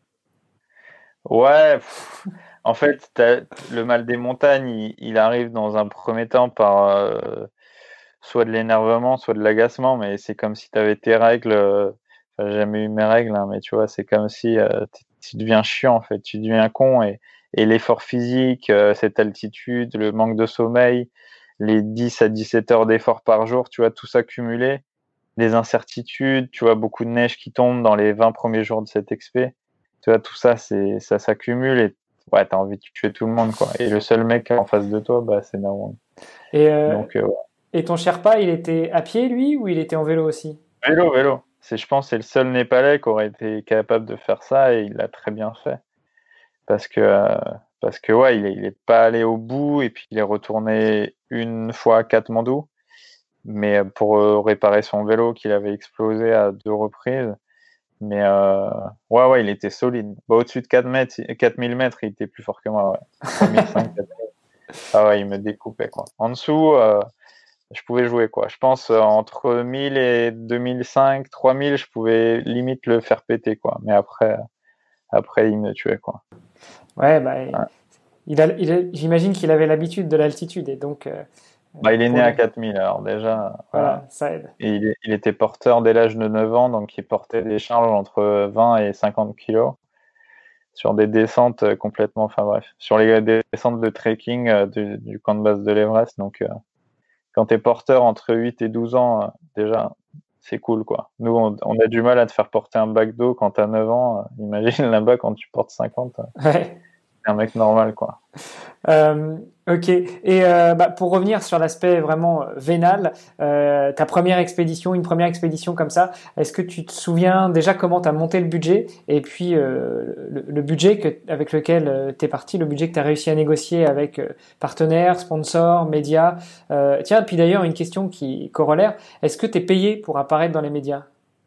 Ouais, en fait, le mal des montagnes, il arrive dans un premier temps par soit de l'énervement, soit de l'agacement, mais c'est comme si tu avais tes règles. Enfin, j'ai jamais eu mes règles, hein, mais tu vois, c'est comme si tu deviens chiant, en fait, tu deviens con et l'effort physique, cette altitude, le manque de sommeil, les 10 à 17 heures d'effort par jour, tu vois, tout ça cumulé, les incertitudes, tu vois, beaucoup de neige qui tombe dans les 20 premiers jours de cette expé. Tu vois, tout ça, ça s'accumule et ouais, t'as envie de tuer tout le monde, quoi. Et le seul mec en face de toi, bah, c'est Nawang. Et, Donc, et ton Sherpa, il était à pied, lui, ou il était en vélo aussi? vélo, vélo. Je pense, c'est le seul Népalais qui aurait été capable de faire ça et il l'a très bien fait. Parce que, ouais, il est pas allé au bout et puis il est retourné une fois à Katmandou, mais pour réparer son vélo qu'il avait explosé à 2 reprises. Mais ouais, il était solide. Bah, au-dessus de 4 mètres, 4000 mètres, il était plus fort que moi. Ouais. 3005, 4000. Ah ouais, il me découpait, quoi. En dessous, je pouvais jouer, quoi. Je pense entre 1000 et 2005, 3000, je pouvais limite le faire péter, quoi. Mais après il me tuait, quoi. Ouais, bah, Ouais. j'imagine qu'il avait l'habitude de l'altitude, et donc Bah, il est pour né lui, à 4000, alors déjà, voilà, voilà. ça aide. Et il était porteur dès l'âge de 9 ans, donc il portait des charges entre 20 et 50 kilos sur des descentes complètement, enfin bref, sur les descentes de trekking du camp de base de l'Everest. Donc, quand t'es porteur entre 8 et 12 ans, déjà, c'est cool, quoi. Nous, on a du mal à te faire porter un bac d'eau quand t'as 9 ans. Imagine là-bas quand tu portes 50, Ouais. c'est un mec normal, quoi. Ok. Et bah, pour revenir sur l'aspect vraiment vénal, ta première expédition, une première expédition comme ça, est-ce que tu te souviens déjà comment tu as monté le budget et puis le budget avec lequel tu es parti, le budget que tu as réussi à négocier avec partenaires, sponsors, médias. Tiens, puis d'ailleurs, une question qui corollaire, est-ce que tu es payé pour apparaître dans les médias?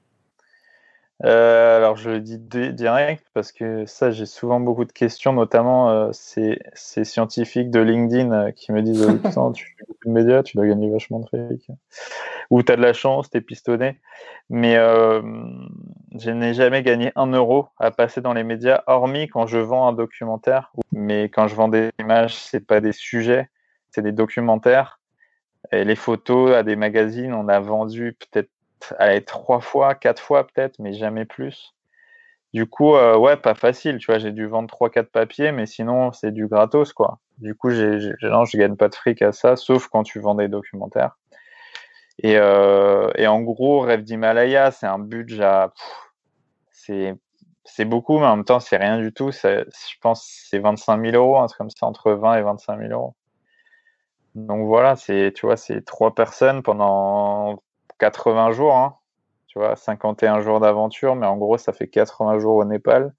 Alors je le dis direct parce que ça j'ai souvent beaucoup de questions, notamment ces scientifiques de LinkedIn qui me disent putain tu fais beaucoup de médias, tu dois gagner vachement de fric, ou t'as de la chance, t'es pistonné. Mais je n'ai jamais gagné 1 euro à passer dans les médias, hormis quand je vends un documentaire. Mais quand je vends des images, c'est pas des sujets, c'est des documentaires. Et les photos à des magazines, on a vendu peut-être 3 fois, 4 fois peut-être, mais jamais plus. Du coup, ouais, pas facile, tu vois, j'ai dû vendre 3, 4 papiers, mais sinon, c'est du gratos, quoi. Du coup, non, je gagne pas de fric à ça, sauf quand tu vends des documentaires. Et en gros, Rêve d'Himalaya, c'est un budget c'est, c'est beaucoup, mais en même temps, c'est rien du tout. Je pense que c'est 25 000 euros, un truc comme ça, entre 20 et 25 000 euros. Donc voilà, tu vois, c'est 3 personnes pendant 80 jours, hein, tu vois, 51 jours d'aventure, mais en gros, ça fait 80 jours au Népal,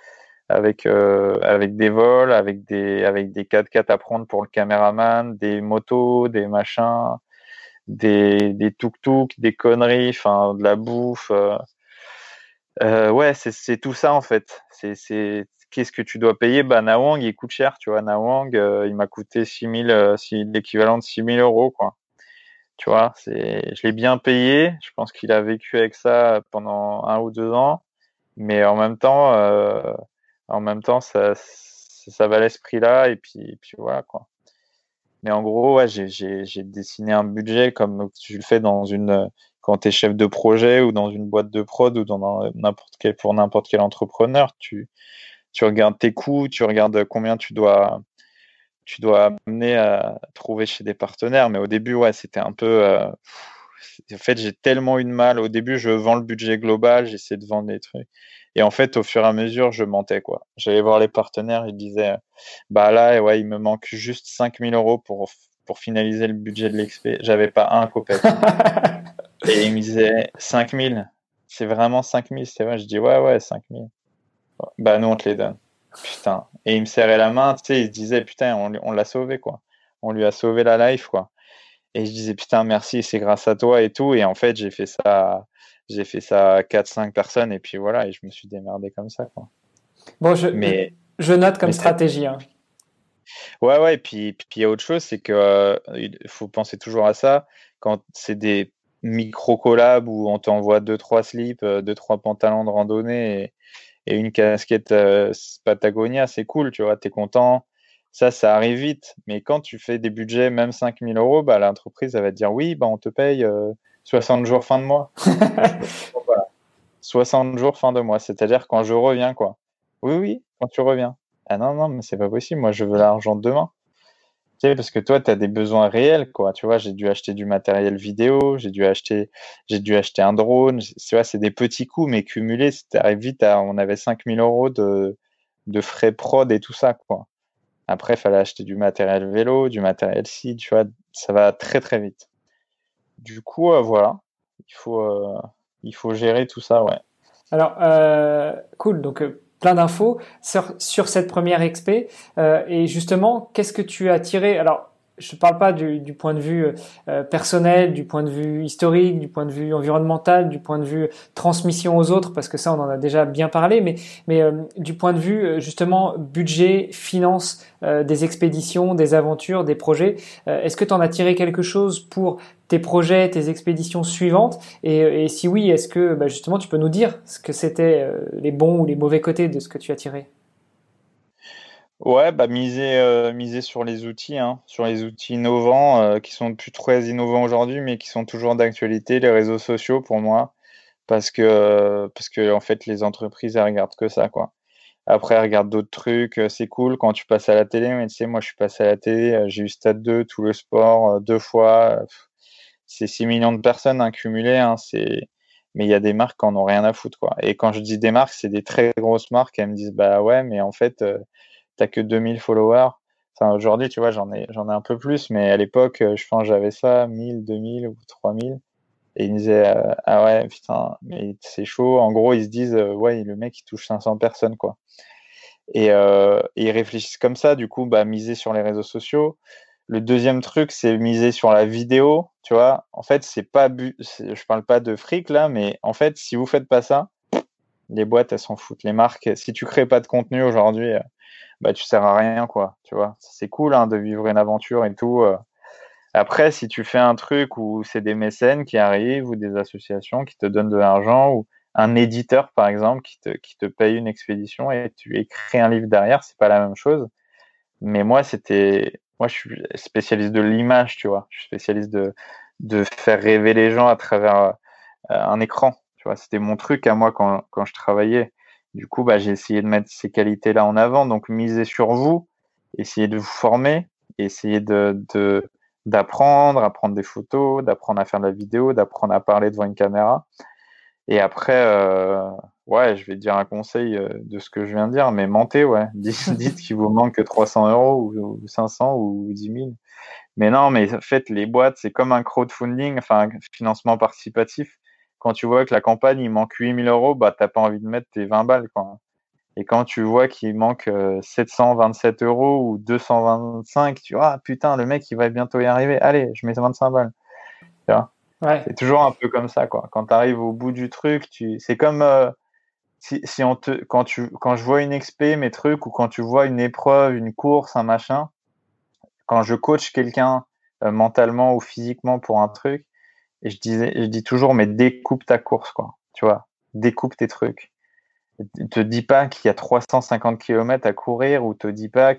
avec des vols, avec des 4x4 à prendre pour le caméraman, des motos, des machins, des tuk-tuk, des conneries, enfin, de la bouffe. Ouais, c'est tout ça, en fait. Qu'est-ce que tu dois payer? Bah, Nawang, il coûte cher, tu vois. Nawang, il m'a coûté 6000, l'équivalent de 6000 euros, quoi. Tu vois, je l'ai bien payé. Je pense qu'il a vécu avec ça pendant 1 ou 2 ans. Mais en même temps, En même temps, ça valait ce prix-là, et puis voilà, quoi. Mais en gros, ouais, j'ai dessiné un budget comme tu le fais quand tu es chef de projet ou dans une boîte de prod ou pour n'importe quel entrepreneur. Tu regardes tes coûts, tu regardes combien tu dois amener à trouver chez des partenaires. Mais au début, ouais, c'était un peu. En fait, j'ai tellement eu de mal. Au début, je vends le budget global, j'essaie de vendre des trucs. Et en fait, au fur et à mesure, je mentais, quoi. J'allais voir les partenaires, ils disaient, bah là, ouais, il me manque juste 5 000 € pour finaliser le budget de l'expé. J'avais pas un copec. Et ils me disaient, 5 000, c'est vraiment 5 000, c'est vrai. Je dis, ouais, ouais, 5 000. Bah, nous, on te les donne. Putain. Et il me serrait la main, tu sais, il se disait, putain, on l'a sauvé, quoi. On lui a sauvé la life, quoi. Et je disais, putain, merci, c'est grâce à toi et tout. Et en fait, j'ai fait ça à 4-5 personnes, et puis voilà, et je me suis démerdé comme ça, quoi. Bon, Mais, je note comme mais stratégie, hein. ouais, ouais, et puis il y a autre chose, c'est que il faut penser toujours à ça. Quand c'est des micro-collabs où on t'envoie deux, trois slips, deux, trois pantalons de randonnée et une casquette Patagonia, c'est cool, tu vois, t'es content. Ça arrive vite. Mais quand tu fais des budgets, même 5 000 €, bah, l'entreprise, elle va te dire oui, bah, on te paye 60 jours fin de mois. Je fais, voilà. 60 jours fin de mois, c'est-à-dire quand je reviens, quoi. Oui, oui, quand tu reviens. Ah non, non, mais c'est pas possible, moi je veux l'argent demain. Tu sais, parce que toi, tu as des besoins réels, quoi. Tu vois, j'ai dû acheter du matériel vidéo, j'ai dû acheter un drone. Tu vois, c'est des petits coûts, mais cumulés, c'était vite on avait 5 000 € de frais prod et tout ça, quoi. Après, il fallait acheter du matériel vélo, du matériel ci, tu vois, ça va très, très vite. Du coup, voilà, il faut, euh, il faut gérer tout ça, ouais. Alors, cool. Donc, plein d'infos sur cette première expé. Et justement, qu'est-ce que tu as tiré? Alors, je ne parle pas du point de vue personnel, du point de vue historique, du point de vue environnemental, du point de vue transmission aux autres, parce que ça, on en a déjà bien parlé, mais du point de vue justement budget, finance des expéditions, des aventures, des projets. Est-ce que tu en as tiré quelque chose pour tes projets, tes expéditions suivantes? Et si oui, est-ce que bah, justement tu peux nous dire ce que c'était les bons ou les mauvais côtés de ce que tu as tiré? Ouais, bah miser sur les outils, hein, sur les outils innovants qui sont plus très innovants aujourd'hui, mais qui sont toujours d'actualité, les réseaux sociaux pour moi, parce que en fait les entreprises elles regardent que ça, quoi. Après elles regardent d'autres trucs, c'est cool quand tu passes à la télé, mais tu sais moi je suis passé à la télé, j'ai eu Stade 2, tout le sport deux fois, c'est 6 millions de personnes hein, cumulées, hein, mais il y a des marques qui en ont rien à foutre, quoi. Et quand je dis des marques, c'est des très grosses marques, elles me disent bah ouais, mais en fait t'as que 2000 followers. Enfin, aujourd'hui, tu vois, j'en ai un peu plus, mais à l'époque, je pense que j'avais ça, 1000, 2000 ou 3000. Et ils me disaient, ah ouais, putain, mais c'est chaud. En gros, ils se disent, ouais, le mec, il touche 500 personnes, quoi. Et ils réfléchissent comme ça, du coup, bah, miser sur les réseaux sociaux. Le deuxième truc, c'est miser sur la vidéo, tu vois. En fait, je parle pas de fric, là, mais en fait, si vous faites pas ça, les boîtes, elles s'en foutent. Les marques, si tu crées pas de contenu aujourd'hui, bah tu sers à rien, quoi, tu vois. C'est cool hein, de vivre une aventure et tout. Après, si tu fais un truc où c'est des mécènes qui arrivent ou des associations qui te donnent de l'argent ou un éditeur, par exemple, qui te paye une expédition et tu écris un livre derrière, c'est pas la même chose. Mais moi, je suis spécialiste de l'image, tu vois. Je suis spécialiste de faire rêver les gens à travers un écran. Tu vois, c'était mon truc à moi quand je travaillais. Du coup, bah, j'ai essayé de mettre ces qualités-là en avant. Donc, miser sur vous, essayer de vous former, essayer d'apprendre, à prendre des photos, d'apprendre à faire de la vidéo, d'apprendre à parler devant une caméra. Et après, ouais, je vais te dire un conseil de ce que je viens de dire, mais mentez, ouais. Dites qu'il vous manque que 300 € ou 500 ou 10 000. Mais non, mais en fait, les boîtes, c'est comme un crowdfunding, enfin, un financement participatif. Quand tu vois que la campagne, il manque 8 000 €, bah, t'as pas envie de mettre tes 20 balles, quoi. Et quand tu vois qu'il manque 727 € ou 225, tu vois, ah, putain, le mec, il va bientôt y arriver. Allez, je mets 25 balles. Tu vois, Ouais. c'est toujours un peu comme ça, quoi. Quand tu arrives au bout du truc, c'est comme si quand je vois une expé, mes trucs, ou quand tu vois une épreuve, une course, un machin, quand je coach quelqu'un mentalement ou physiquement pour un truc, et je dis toujours, mais découpe ta course, quoi. Tu vois, découpe tes trucs. te dit pas qu'il y a 350 km à courir, ou te dit pas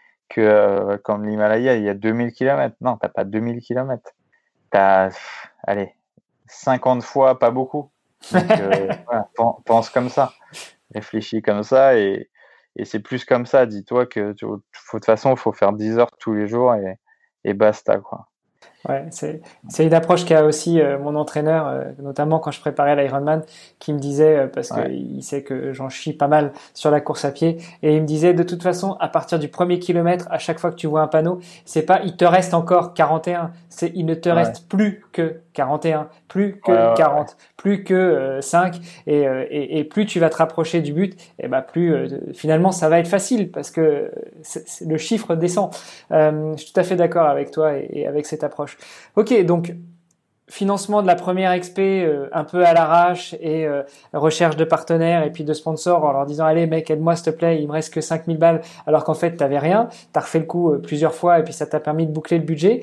que comme l'Himalaya, il y a 2000 km. Non, t'as pas 2000 km. T'as, allez, 50 fois, pas beaucoup. Donc, voilà, pense comme ça. Réfléchis comme ça, et c'est plus comme ça. Dis-toi que de toute façon, il faut faire 10 heures tous les jours, et basta, quoi. Ouais, c'est une approche qu'a aussi mon entraîneur, notamment quand je préparais l'Ironman, qui me disait, parce Ouais, qu'il sait que j'en chie pas mal sur la course à pied, et il me disait de toute façon, à partir du premier kilomètre, à chaque fois que tu vois un panneau, c'est pas il te reste encore 41, c'est il ne te ouais, reste plus que 41, plus ouais, que ouais. 40, plus que 5, et plus tu vas te rapprocher du but, et ben plus finalement ça va être facile parce que le chiffre descend. Je suis tout à fait d'accord avec toi et avec cette approche. Ok, donc financement de la première expé un peu à l'arrache et recherche de partenaires et puis de sponsors en leur disant allez mec aide-moi s'il te plaît, il me reste que 5000 balles alors qu'en fait t'avais rien, t'as refait le coup plusieurs fois et puis ça t'a permis de boucler le budget.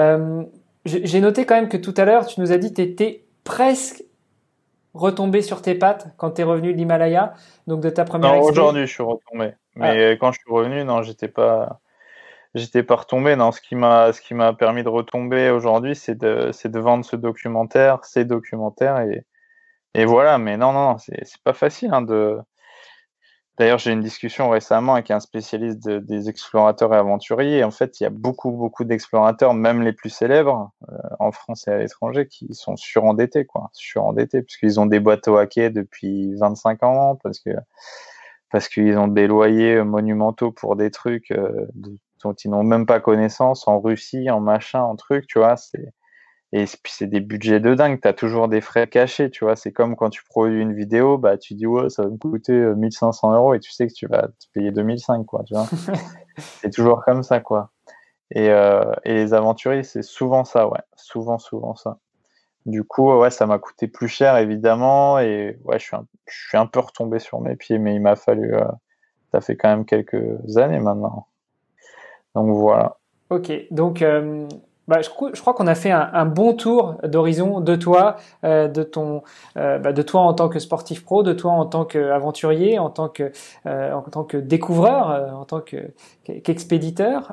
J'ai noté quand même que tout à l'heure tu nous as dit que t'étais presque retombé sur tes pattes quand t'es revenu de l'Himalaya, donc de ta première Non, expé. aujourd'hui, je suis retombé. Ah, Mais quand je suis revenu, non, j'étais pas retombé. Non, ce qui m'a permis de retomber aujourd'hui, c'est de vendre ces documentaires, et voilà. Mais non, non, non, c'est pas facile, hein, D'ailleurs, j'ai eu une discussion récemment avec un spécialiste des explorateurs et aventuriers. En fait, il y a beaucoup, beaucoup d'explorateurs, même les plus célèbres, en France et à l'étranger, qui sont surendettés, quoi. Surendettés, puisqu'ils ont des bateaux à quai depuis 25 ans, parce qu'ils ont des loyers monumentaux pour des trucs dont ils n'ont même pas connaissance, en Russie, en machin, en truc, tu vois. Et puis c'est des budgets de dingue, tu as toujours des frais cachés, tu vois. C'est comme quand tu produis une vidéo, bah tu dis ouais, ça va me coûter 1500 euros, et tu sais que tu vas te payer 2005, quoi, tu vois. C'est toujours comme ça, quoi. Et les aventuriers, c'est souvent ça, ouais. Souvent, souvent ça. Du coup, ouais, ça m'a coûté plus cher, évidemment, et ouais, je suis un peu retombé sur mes pieds, mais il m'a fallu, ça fait quand même quelques années maintenant. Donc voilà. ok, donc je crois qu'on a fait un bon tour d'horizon de toi, de toi en tant que sportif pro, de toi en tant qu'aventurier, en tant que découvreur, en tant qu'expéditeur.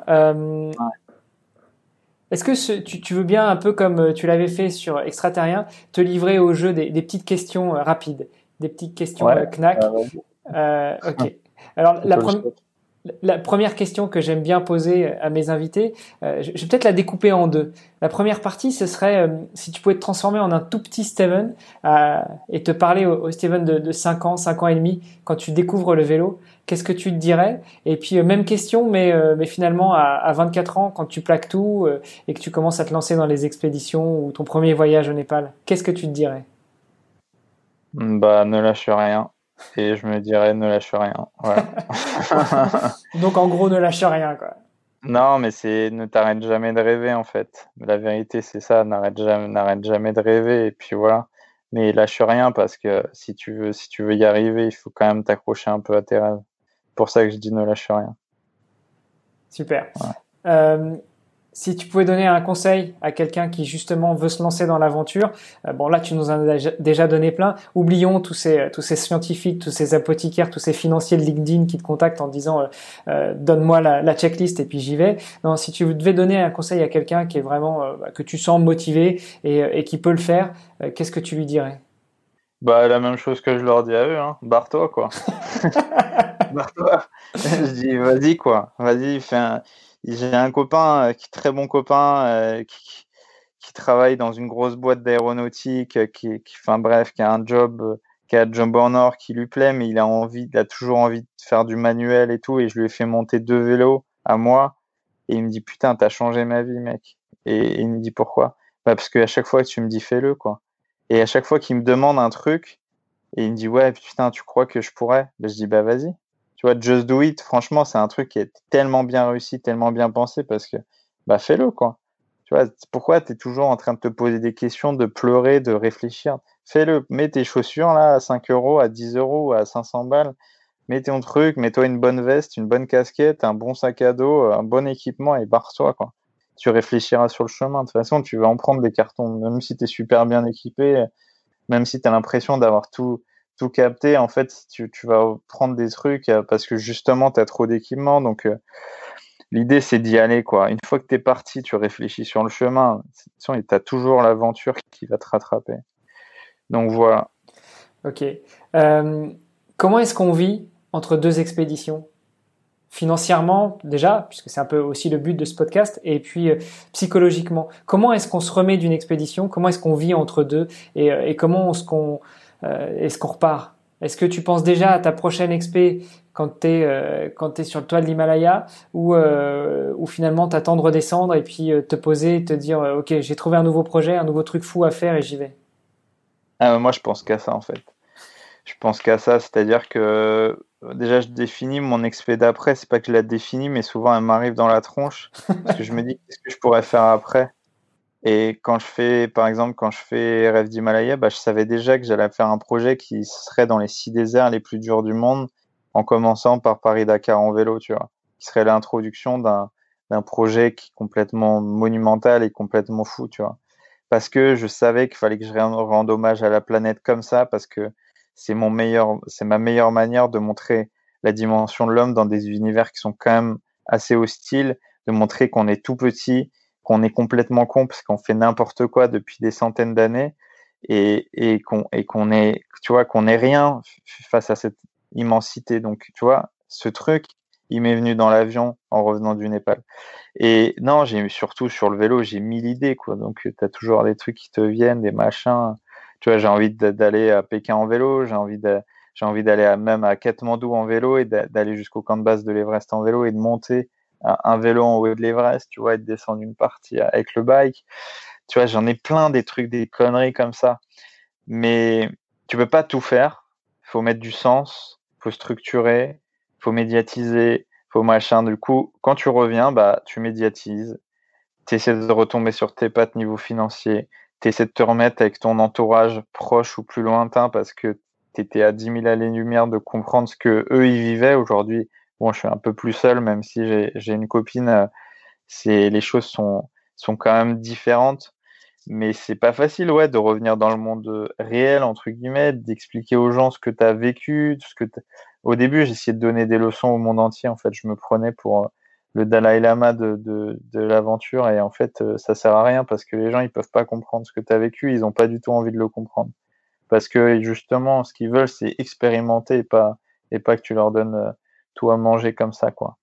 Est-ce que tu veux bien, un peu comme tu l'avais fait sur Extraterrien, te livrer au jeu des petites questions rapides, des petites questions Ouais, knack. vas-y, Ok. Alors je te le souhaite. la première question que j'aime bien poser à mes invités, je vais peut-être la découper en deux. La première partie, ce serait si tu pouvais te transformer en un tout petit Steven et te parler au Steven de 5 ans et demi, quand tu découvres le vélo, qu'est-ce que tu te dirais? Et puis même question, mais finalement à 24 ans, quand tu plaques tout et que tu commences à te lancer dans les expéditions ou ton premier voyage au Népal, qu'est-ce que tu te dirais? Bah, ne lâche rien. Et je me dirais, ne lâche rien. Voilà. Donc en gros, ne lâche rien, quoi. Non, mais ne t'arrête jamais de rêver, en fait. La vérité, c'est ça, n'arrête jamais de rêver, et puis voilà. Mais lâche rien, parce que si tu veux y arriver, il faut quand même t'accrocher un peu à tes rêves. C'est pour ça que je dis ne lâche rien. Super. Ouais. Euh, Si tu pouvais donner un conseil à quelqu'un qui justement veut se lancer dans l'aventure, bon là tu nous en as déjà donné plein. Oublions tous ces scientifiques, tous ces apothicaires, tous ces financiers de LinkedIn qui te contactent en disant donne-moi la checklist et puis j'y vais. Non, si tu devais donner un conseil à quelqu'un qui est vraiment que tu sens motivé et qui peut le faire, qu'est-ce que tu lui dirais? Bah, la même chose que je leur dis à eux, hein. Barre-toi, quoi. Barre-toi. Je dis, vas-y, quoi. Vas-y, J'ai un copain, très bon copain, qui travaille dans une grosse boîte d'aéronautique, enfin bref, qui a un job en or qui lui plaît, mais il a toujours envie de faire du manuel et tout, et je lui ai fait monter 2 vélos à moi, et il me dit, putain, t'as changé ma vie, mec. Et il me dit, pourquoi? Bah, parce qu'à chaque fois que tu me dis, fais-le, quoi. Et à chaque fois qu'il me demande un truc, et il me dit, ouais, putain, tu crois que je pourrais? Bah, je dis, bah, vas-y. Tu vois, Just Do It, franchement, c'est un truc qui est tellement bien réussi, tellement bien pensé, parce que, bah, fais-le, quoi. Tu vois, pourquoi tu es toujours en train de te poser des questions, de pleurer, de réfléchir? Fais-le. Mets tes chaussures, là, à 5 euros, à 10 euros, à 500 balles. Mets ton truc, mets-toi une bonne veste, une bonne casquette, un bon sac à dos, un bon équipement, et barre-toi, quoi. Tu réfléchiras sur le chemin. De toute façon, tu vas en prendre des cartons, même si tu es super bien équipé, même si tu as l'impression d'avoir tout capter. En fait, tu vas prendre des trucs parce que justement, tu as trop d'équipements. Donc, l'idée, c'est d'y aller, quoi. Une fois que tu es parti, tu réfléchis sur le chemin. Tu as toujours l'aventure qui va te rattraper. Donc, voilà. Ok. Comment est-ce qu'on vit entre deux expéditions? Financièrement, déjà, puisque c'est un peu aussi le but de ce podcast, et puis psychologiquement. Comment est-ce qu'on se remet d'une expédition? Comment est-ce qu'on vit entre deux? Et comment est-ce qu'on repart? Est-ce que tu penses déjà à ta prochaine expé quand t'es sur le toit de l'Himalaya ou finalement t'attends de redescendre et puis te poser et te dire ok, j'ai trouvé un nouveau projet, un nouveau truc fou à faire et j'y vais? Moi, je pense qu'à ça, en fait. Je pense qu'à ça, c'est-à-dire que déjà, je définis mon expé d'après. C'est pas que je la définis, mais souvent, elle m'arrive dans la tronche parce que je me dis qu'est-ce que je pourrais faire après. Et par exemple, quand je fais Rêve d'Himalaya, bah, je savais déjà que j'allais faire un projet qui serait dans les 6 déserts les plus durs du monde, en commençant par Paris-Dakar en vélo, tu vois, qui serait l'introduction d'un projet qui est complètement monumental et complètement fou, tu vois. Parce que je savais qu'il fallait que je rende hommage à la planète comme ça, parce que c'est ma meilleure manière de montrer la dimension de l'homme dans des univers qui sont quand même assez hostiles, de montrer qu'on est tout petit, qu'on est complètement con parce qu'on fait n'importe quoi depuis des centaines d'années qu'on est, tu vois, qu'on est rien face à cette immensité. Donc, tu vois, ce truc, il m'est venu dans l'avion en revenant du Népal. Et non, j'ai surtout sur le vélo, j'ai 1000 idées, quoi. Donc, tu as toujours des trucs qui te viennent, des machins. Tu vois, j'ai envie d'aller à Pékin en vélo, j'ai envie d'aller même à Katmandou en vélo et d'aller jusqu'au camp de base de l'Everest en vélo et de monter un vélo en haut de l'Everest, tu vois, et de descendre une partie avec le bike. Tu vois, j'en ai plein des trucs, des conneries comme ça. Mais tu peux pas tout faire. Il faut mettre du sens, il faut structurer, il faut médiatiser, il faut machin. Du coup, quand tu reviens, bah, tu médiatises. Tu essaies de retomber sur tes pattes niveau financier. Tu essaies de te remettre avec ton entourage proche ou plus lointain parce que tu étais à 10 000 années-lumière de comprendre ce que eux ils vivaient. Aujourd'hui, bon, je suis un peu plus seul, même si j'ai une copine. Les choses sont quand même différentes. Mais c'est pas facile, ouais, de revenir dans le monde réel, entre guillemets, d'expliquer aux gens ce que tu as vécu, au début, j'essayais de donner des leçons au monde entier, en fait, je me prenais pour le Dalai Lama de l'aventure, et en fait, ça sert à rien, parce que les gens, ils peuvent pas comprendre ce que tu as vécu, ils ont pas du tout envie de le comprendre. Parce que, justement, ce qu'ils veulent, c'est expérimenter, et pas que tu leur donnes tout à manger comme ça, quoi.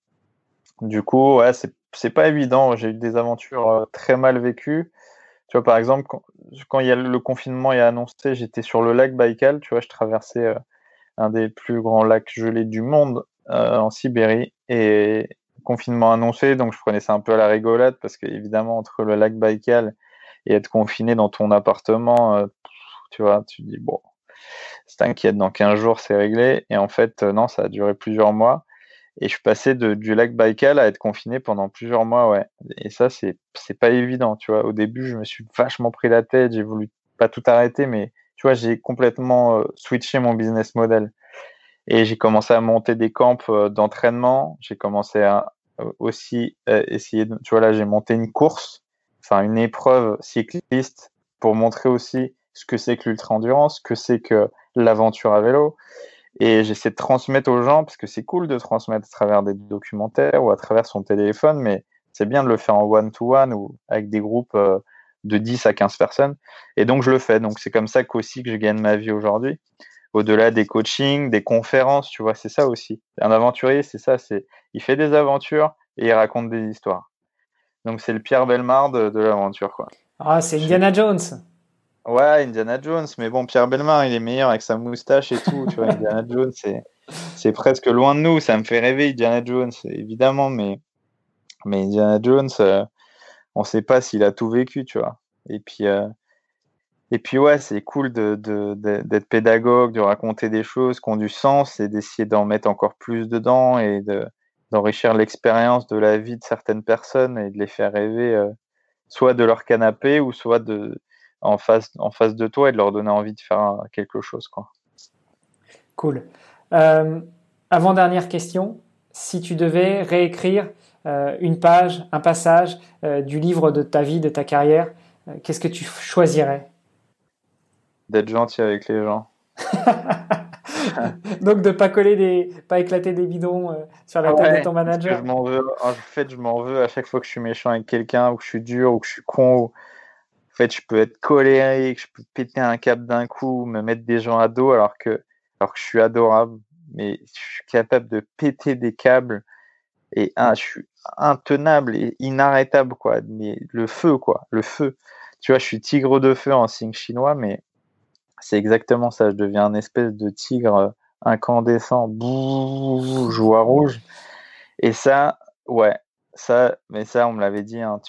Du coup, ouais, c'est pas évident, j'ai eu des aventures très mal vécues. Tu vois, par exemple, quand le confinement est annoncé, j'étais sur le lac Baïkal, tu vois, je traversais un des plus grands lacs gelés du monde en Sibérie et confinement annoncé, donc je prenais ça un peu à la rigolade parce que évidemment entre le lac Baïkal et être confiné dans ton appartement, tu vois, tu te dis bon, c'est t'inquiète, dans 15 jours c'est réglé et en fait non, ça a duré plusieurs mois. Et je suis passé du lac Baïkal à être confiné pendant plusieurs mois, ouais. Et ça, c'est pas évident, tu vois. Au début, je me suis vachement pris la tête, j'ai voulu pas tout arrêter, mais tu vois, j'ai complètement switché mon business model. Et j'ai commencé à monter des camps d'entraînement. J'ai commencé à aussi essayer de, tu vois, là, j'ai monté une course, enfin, une épreuve cycliste pour montrer aussi ce que c'est que l'ultra-endurance, ce que c'est que l'aventure à vélo. Et j'essaie de transmettre aux gens, parce que c'est cool de transmettre à travers des documentaires ou à travers son téléphone, mais c'est bien de le faire en one-to-one ou avec des groupes de 10 à 15 personnes. Et donc, je le fais. Donc, c'est comme ça qu'aussi que je gagne ma vie aujourd'hui. Au-delà des coachings, des conférences, tu vois, c'est ça aussi. Un aventurier, c'est ça. Il fait des aventures et il raconte des histoires. Donc, c'est le Pierre Bellemare de l'aventure, quoi. Ah, c'est Indiana Jones. Ouais, Indiana Jones, mais bon, Pierre Bellemare, il est meilleur avec sa moustache et tout, tu vois, Indiana Jones, c'est presque loin de nous, ça me fait rêver, Indiana Jones, évidemment, mais Indiana Jones, on sait pas s'il a tout vécu, tu vois. Et puis ouais, c'est cool d'être pédagogue, de raconter des choses qui ont du sens et d'essayer d'en mettre encore plus dedans et d'enrichir l'expérience de la vie de certaines personnes et de les faire rêver, soit de leur canapé ou soit en face de toi et de leur donner envie de faire quelque chose, quoi. Cool. Avant-dernière question, si tu devais réécrire une page, un passage du livre de ta vie, de ta carrière, qu'est-ce que tu choisirais? D'être gentil avec les gens. Donc de pas éclater des bidons sur la tête de ton parce que manager. je m'en veux. En fait, je m'en veux à chaque fois que je suis méchant avec quelqu'un, ou que je suis dur, ou que je suis con. En fait, je peux être colérique, je peux péter un câble d'un coup, me mettre des gens à dos, alors que je suis adorable. Mais je suis capable de péter des câbles et je suis intenable et inarrêtable, quoi. Mais le feu, quoi. Le feu. Tu vois, je suis tigre de feu en signe chinois, mais c'est exactement ça. Je deviens un espèce de tigre incandescent. Bouh, je vois rouge. Et ça, ouais, mais ça, on me l'avait dit, hein,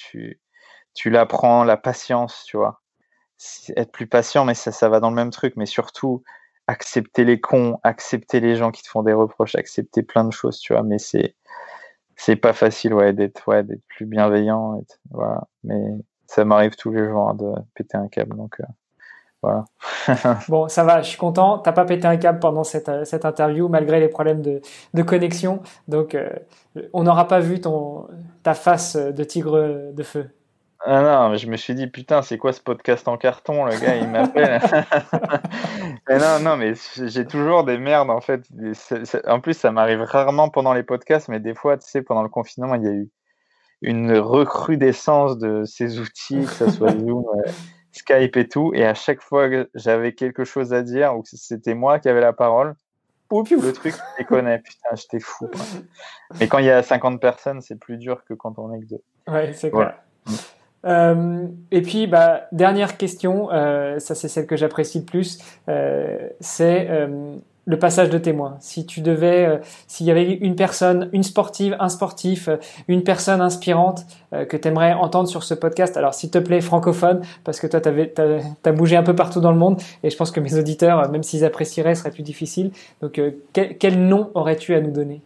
tu l'apprends, la patience, tu vois. Être plus patient, mais ça va dans le même truc, mais surtout accepter les cons, accepter les gens qui te font des reproches, accepter plein de choses, tu vois. Mais c'est pas facile, d'être plus bienveillant, voilà. Mais ça m'arrive tous les jours, hein, de péter un câble, donc voilà. Bon, ça va, je suis content. T'as pas pété un câble pendant cette interview, malgré les problèmes de connexion. Donc, on n'aura pas vu ta face de tigre de feu. Ah non, mais je me suis dit, putain, c'est quoi ce podcast en carton? Le gars, il m'appelle. Mais non, mais j'ai toujours des merdes, en fait. En plus, ça m'arrive rarement pendant les podcasts, mais des fois, tu sais, pendant le confinement, il y a eu une recrudescence de ces outils, que ce soit Zoom, Skype et tout. Et à chaque fois que j'avais quelque chose à dire, ou que c'était moi qui avais la parole, oups, le truc déconnait. Putain, j'étais fou, quoi. Mais quand il y a 50 personnes, c'est plus dur que quand on est que deux. Ouais, c'est Voilà. clair. Et puis, dernière question, ça c'est celle que j'apprécie le plus, c'est le passage de témoin. Si tu devais, s'il y avait une personne, une sportive, un sportif, une personne inspirante que tu aimerais entendre sur ce podcast, alors s'il te plaît francophone, parce que toi t'as bougé un peu partout dans le monde, et je pense que mes auditeurs, même s'ils apprécieraient, seraient plus difficiles. Donc, quel nom aurais-tu à nous donner?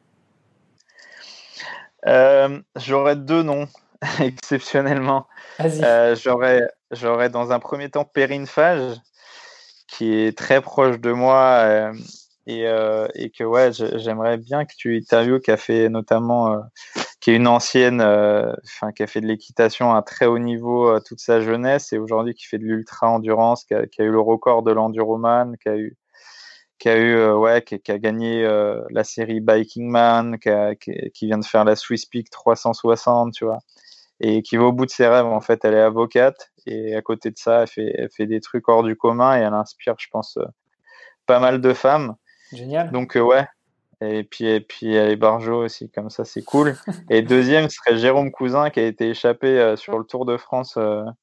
J'aurais deux noms. Exceptionnellement. Vas-y. J'aurais dans un premier temps Perrine Fage, qui est très proche de moi, et que j'aimerais bien que tu interviewes, qui a fait notamment, qui est une ancienne, qui a fait de l'équitation à très haut niveau toute sa jeunesse, et aujourd'hui qui fait de l'ultra endurance, qui a eu le record de l'enduroman, qui a gagné la série Biking Man, qui vient de faire la Swiss Peak 360, tu vois, et qui va au bout de ses rêves. En fait, elle est avocate, et à côté de ça, elle fait des trucs hors du commun, et elle inspire, je pense, pas mal de femmes. Génial. Donc et puis elle est Barjo aussi, comme ça, c'est cool. Et deuxième serait Jérôme Cousin, qui a été échappé sur le Tour de France,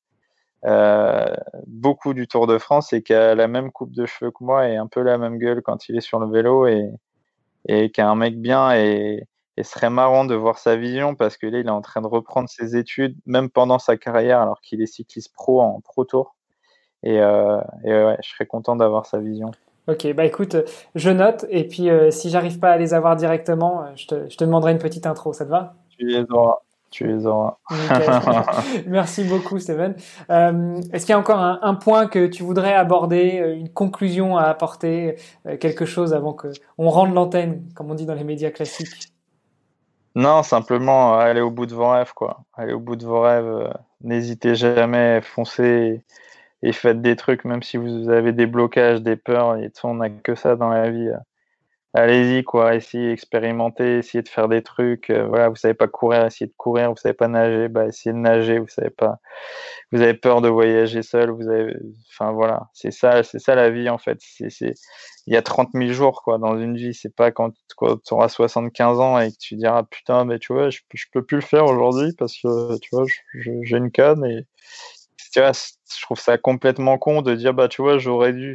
beaucoup du Tour de France, et qui a la même coupe de cheveux que moi et un peu la même gueule quand il est sur le vélo, et qui est un mec bien, et ce serait marrant de voir sa vision, parce que là, il est en train de reprendre ses études, même pendant sa carrière, alors qu'il est cycliste pro en Pro Tour. Et ouais, je serais content d'avoir sa vision. Ok, écoute, je note, et puis si j'arrive pas à les avoir directement, je te demanderai une petite intro, ça te va? Tu les auras. Tu les auras. Merci beaucoup, Steven. Est-ce qu'il y a encore un point que tu voudrais aborder, une conclusion à apporter, quelque chose avant qu'on rende l'antenne, comme on dit dans les médias classiques? Non, simplement, allez au bout de vos rêves, quoi. Allez au bout de vos rêves. N'hésitez jamais, foncez et faites des trucs, même si vous avez des blocages, des peurs. Et on n'a que ça dans la vie. Allez-y, quoi. Essayez, expérimentez, essayez de faire des trucs. Voilà, vous savez pas courir, essayez de courir. Vous savez pas nager, essayez de nager. Vous savez pas, vous avez peur de voyager seul. Enfin voilà, c'est ça la vie, en fait. Il y a 30 000 jours, quoi, dans une vie. C'est pas quand tu auras 75 ans et que tu diras, putain, mais tu vois, je peux plus le faire aujourd'hui parce que, tu vois, j'ai une canne, et tu vois, je trouve ça complètement con de dire, tu vois, j'aurais dû.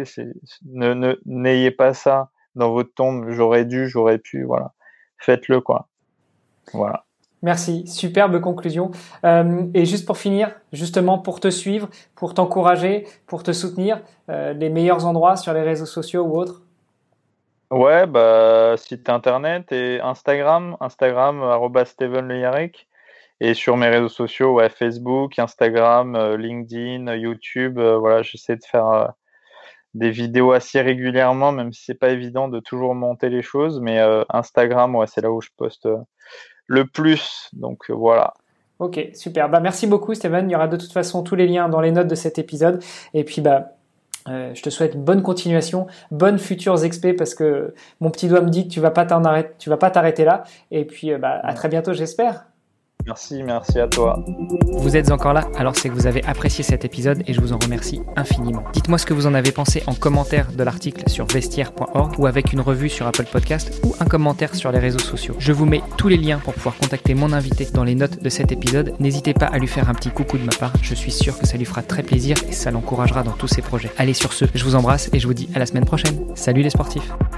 N'ayez pas ça dans votre tombe. J'aurais dû, j'aurais pu, voilà. Faites-le, quoi. Voilà. Merci, superbe conclusion. Et juste pour finir, justement pour te suivre, pour t'encourager, pour te soutenir, les meilleurs endroits sur les réseaux sociaux ou autres? Ouais, site internet et Instagram, @StevenLeYarrick. Et sur mes réseaux sociaux, Facebook, Instagram, LinkedIn, YouTube, voilà, j'essaie de faire des vidéos assez régulièrement, même si c'est pas évident de toujours monter les choses, mais Instagram, ouais, c'est là où je poste le plus, donc voilà. Ok, super. Merci beaucoup, Steven. Il y aura de toute façon tous les liens dans les notes de cet épisode. Et puis, Je te souhaite bonne continuation, bonnes futures expés parce que mon petit doigt me dit que tu vas pas t'arrêter là. Et puis à très bientôt, j'espère. Merci à toi. Vous êtes encore là, alors c'est que vous avez apprécié cet épisode et je vous en remercie infiniment. Dites-moi ce que vous en avez pensé en commentaire de l'article sur vestiaire.org ou avec une revue sur Apple Podcast ou un commentaire sur les réseaux sociaux. Je vous mets tous les liens pour pouvoir contacter mon invité dans les notes de cet épisode. N'hésitez pas à lui faire un petit coucou de ma part, je suis sûr que ça lui fera très plaisir et ça l'encouragera dans tous ses projets. Allez, sur ce, je vous embrasse et je vous dis à la semaine prochaine. Salut les sportifs!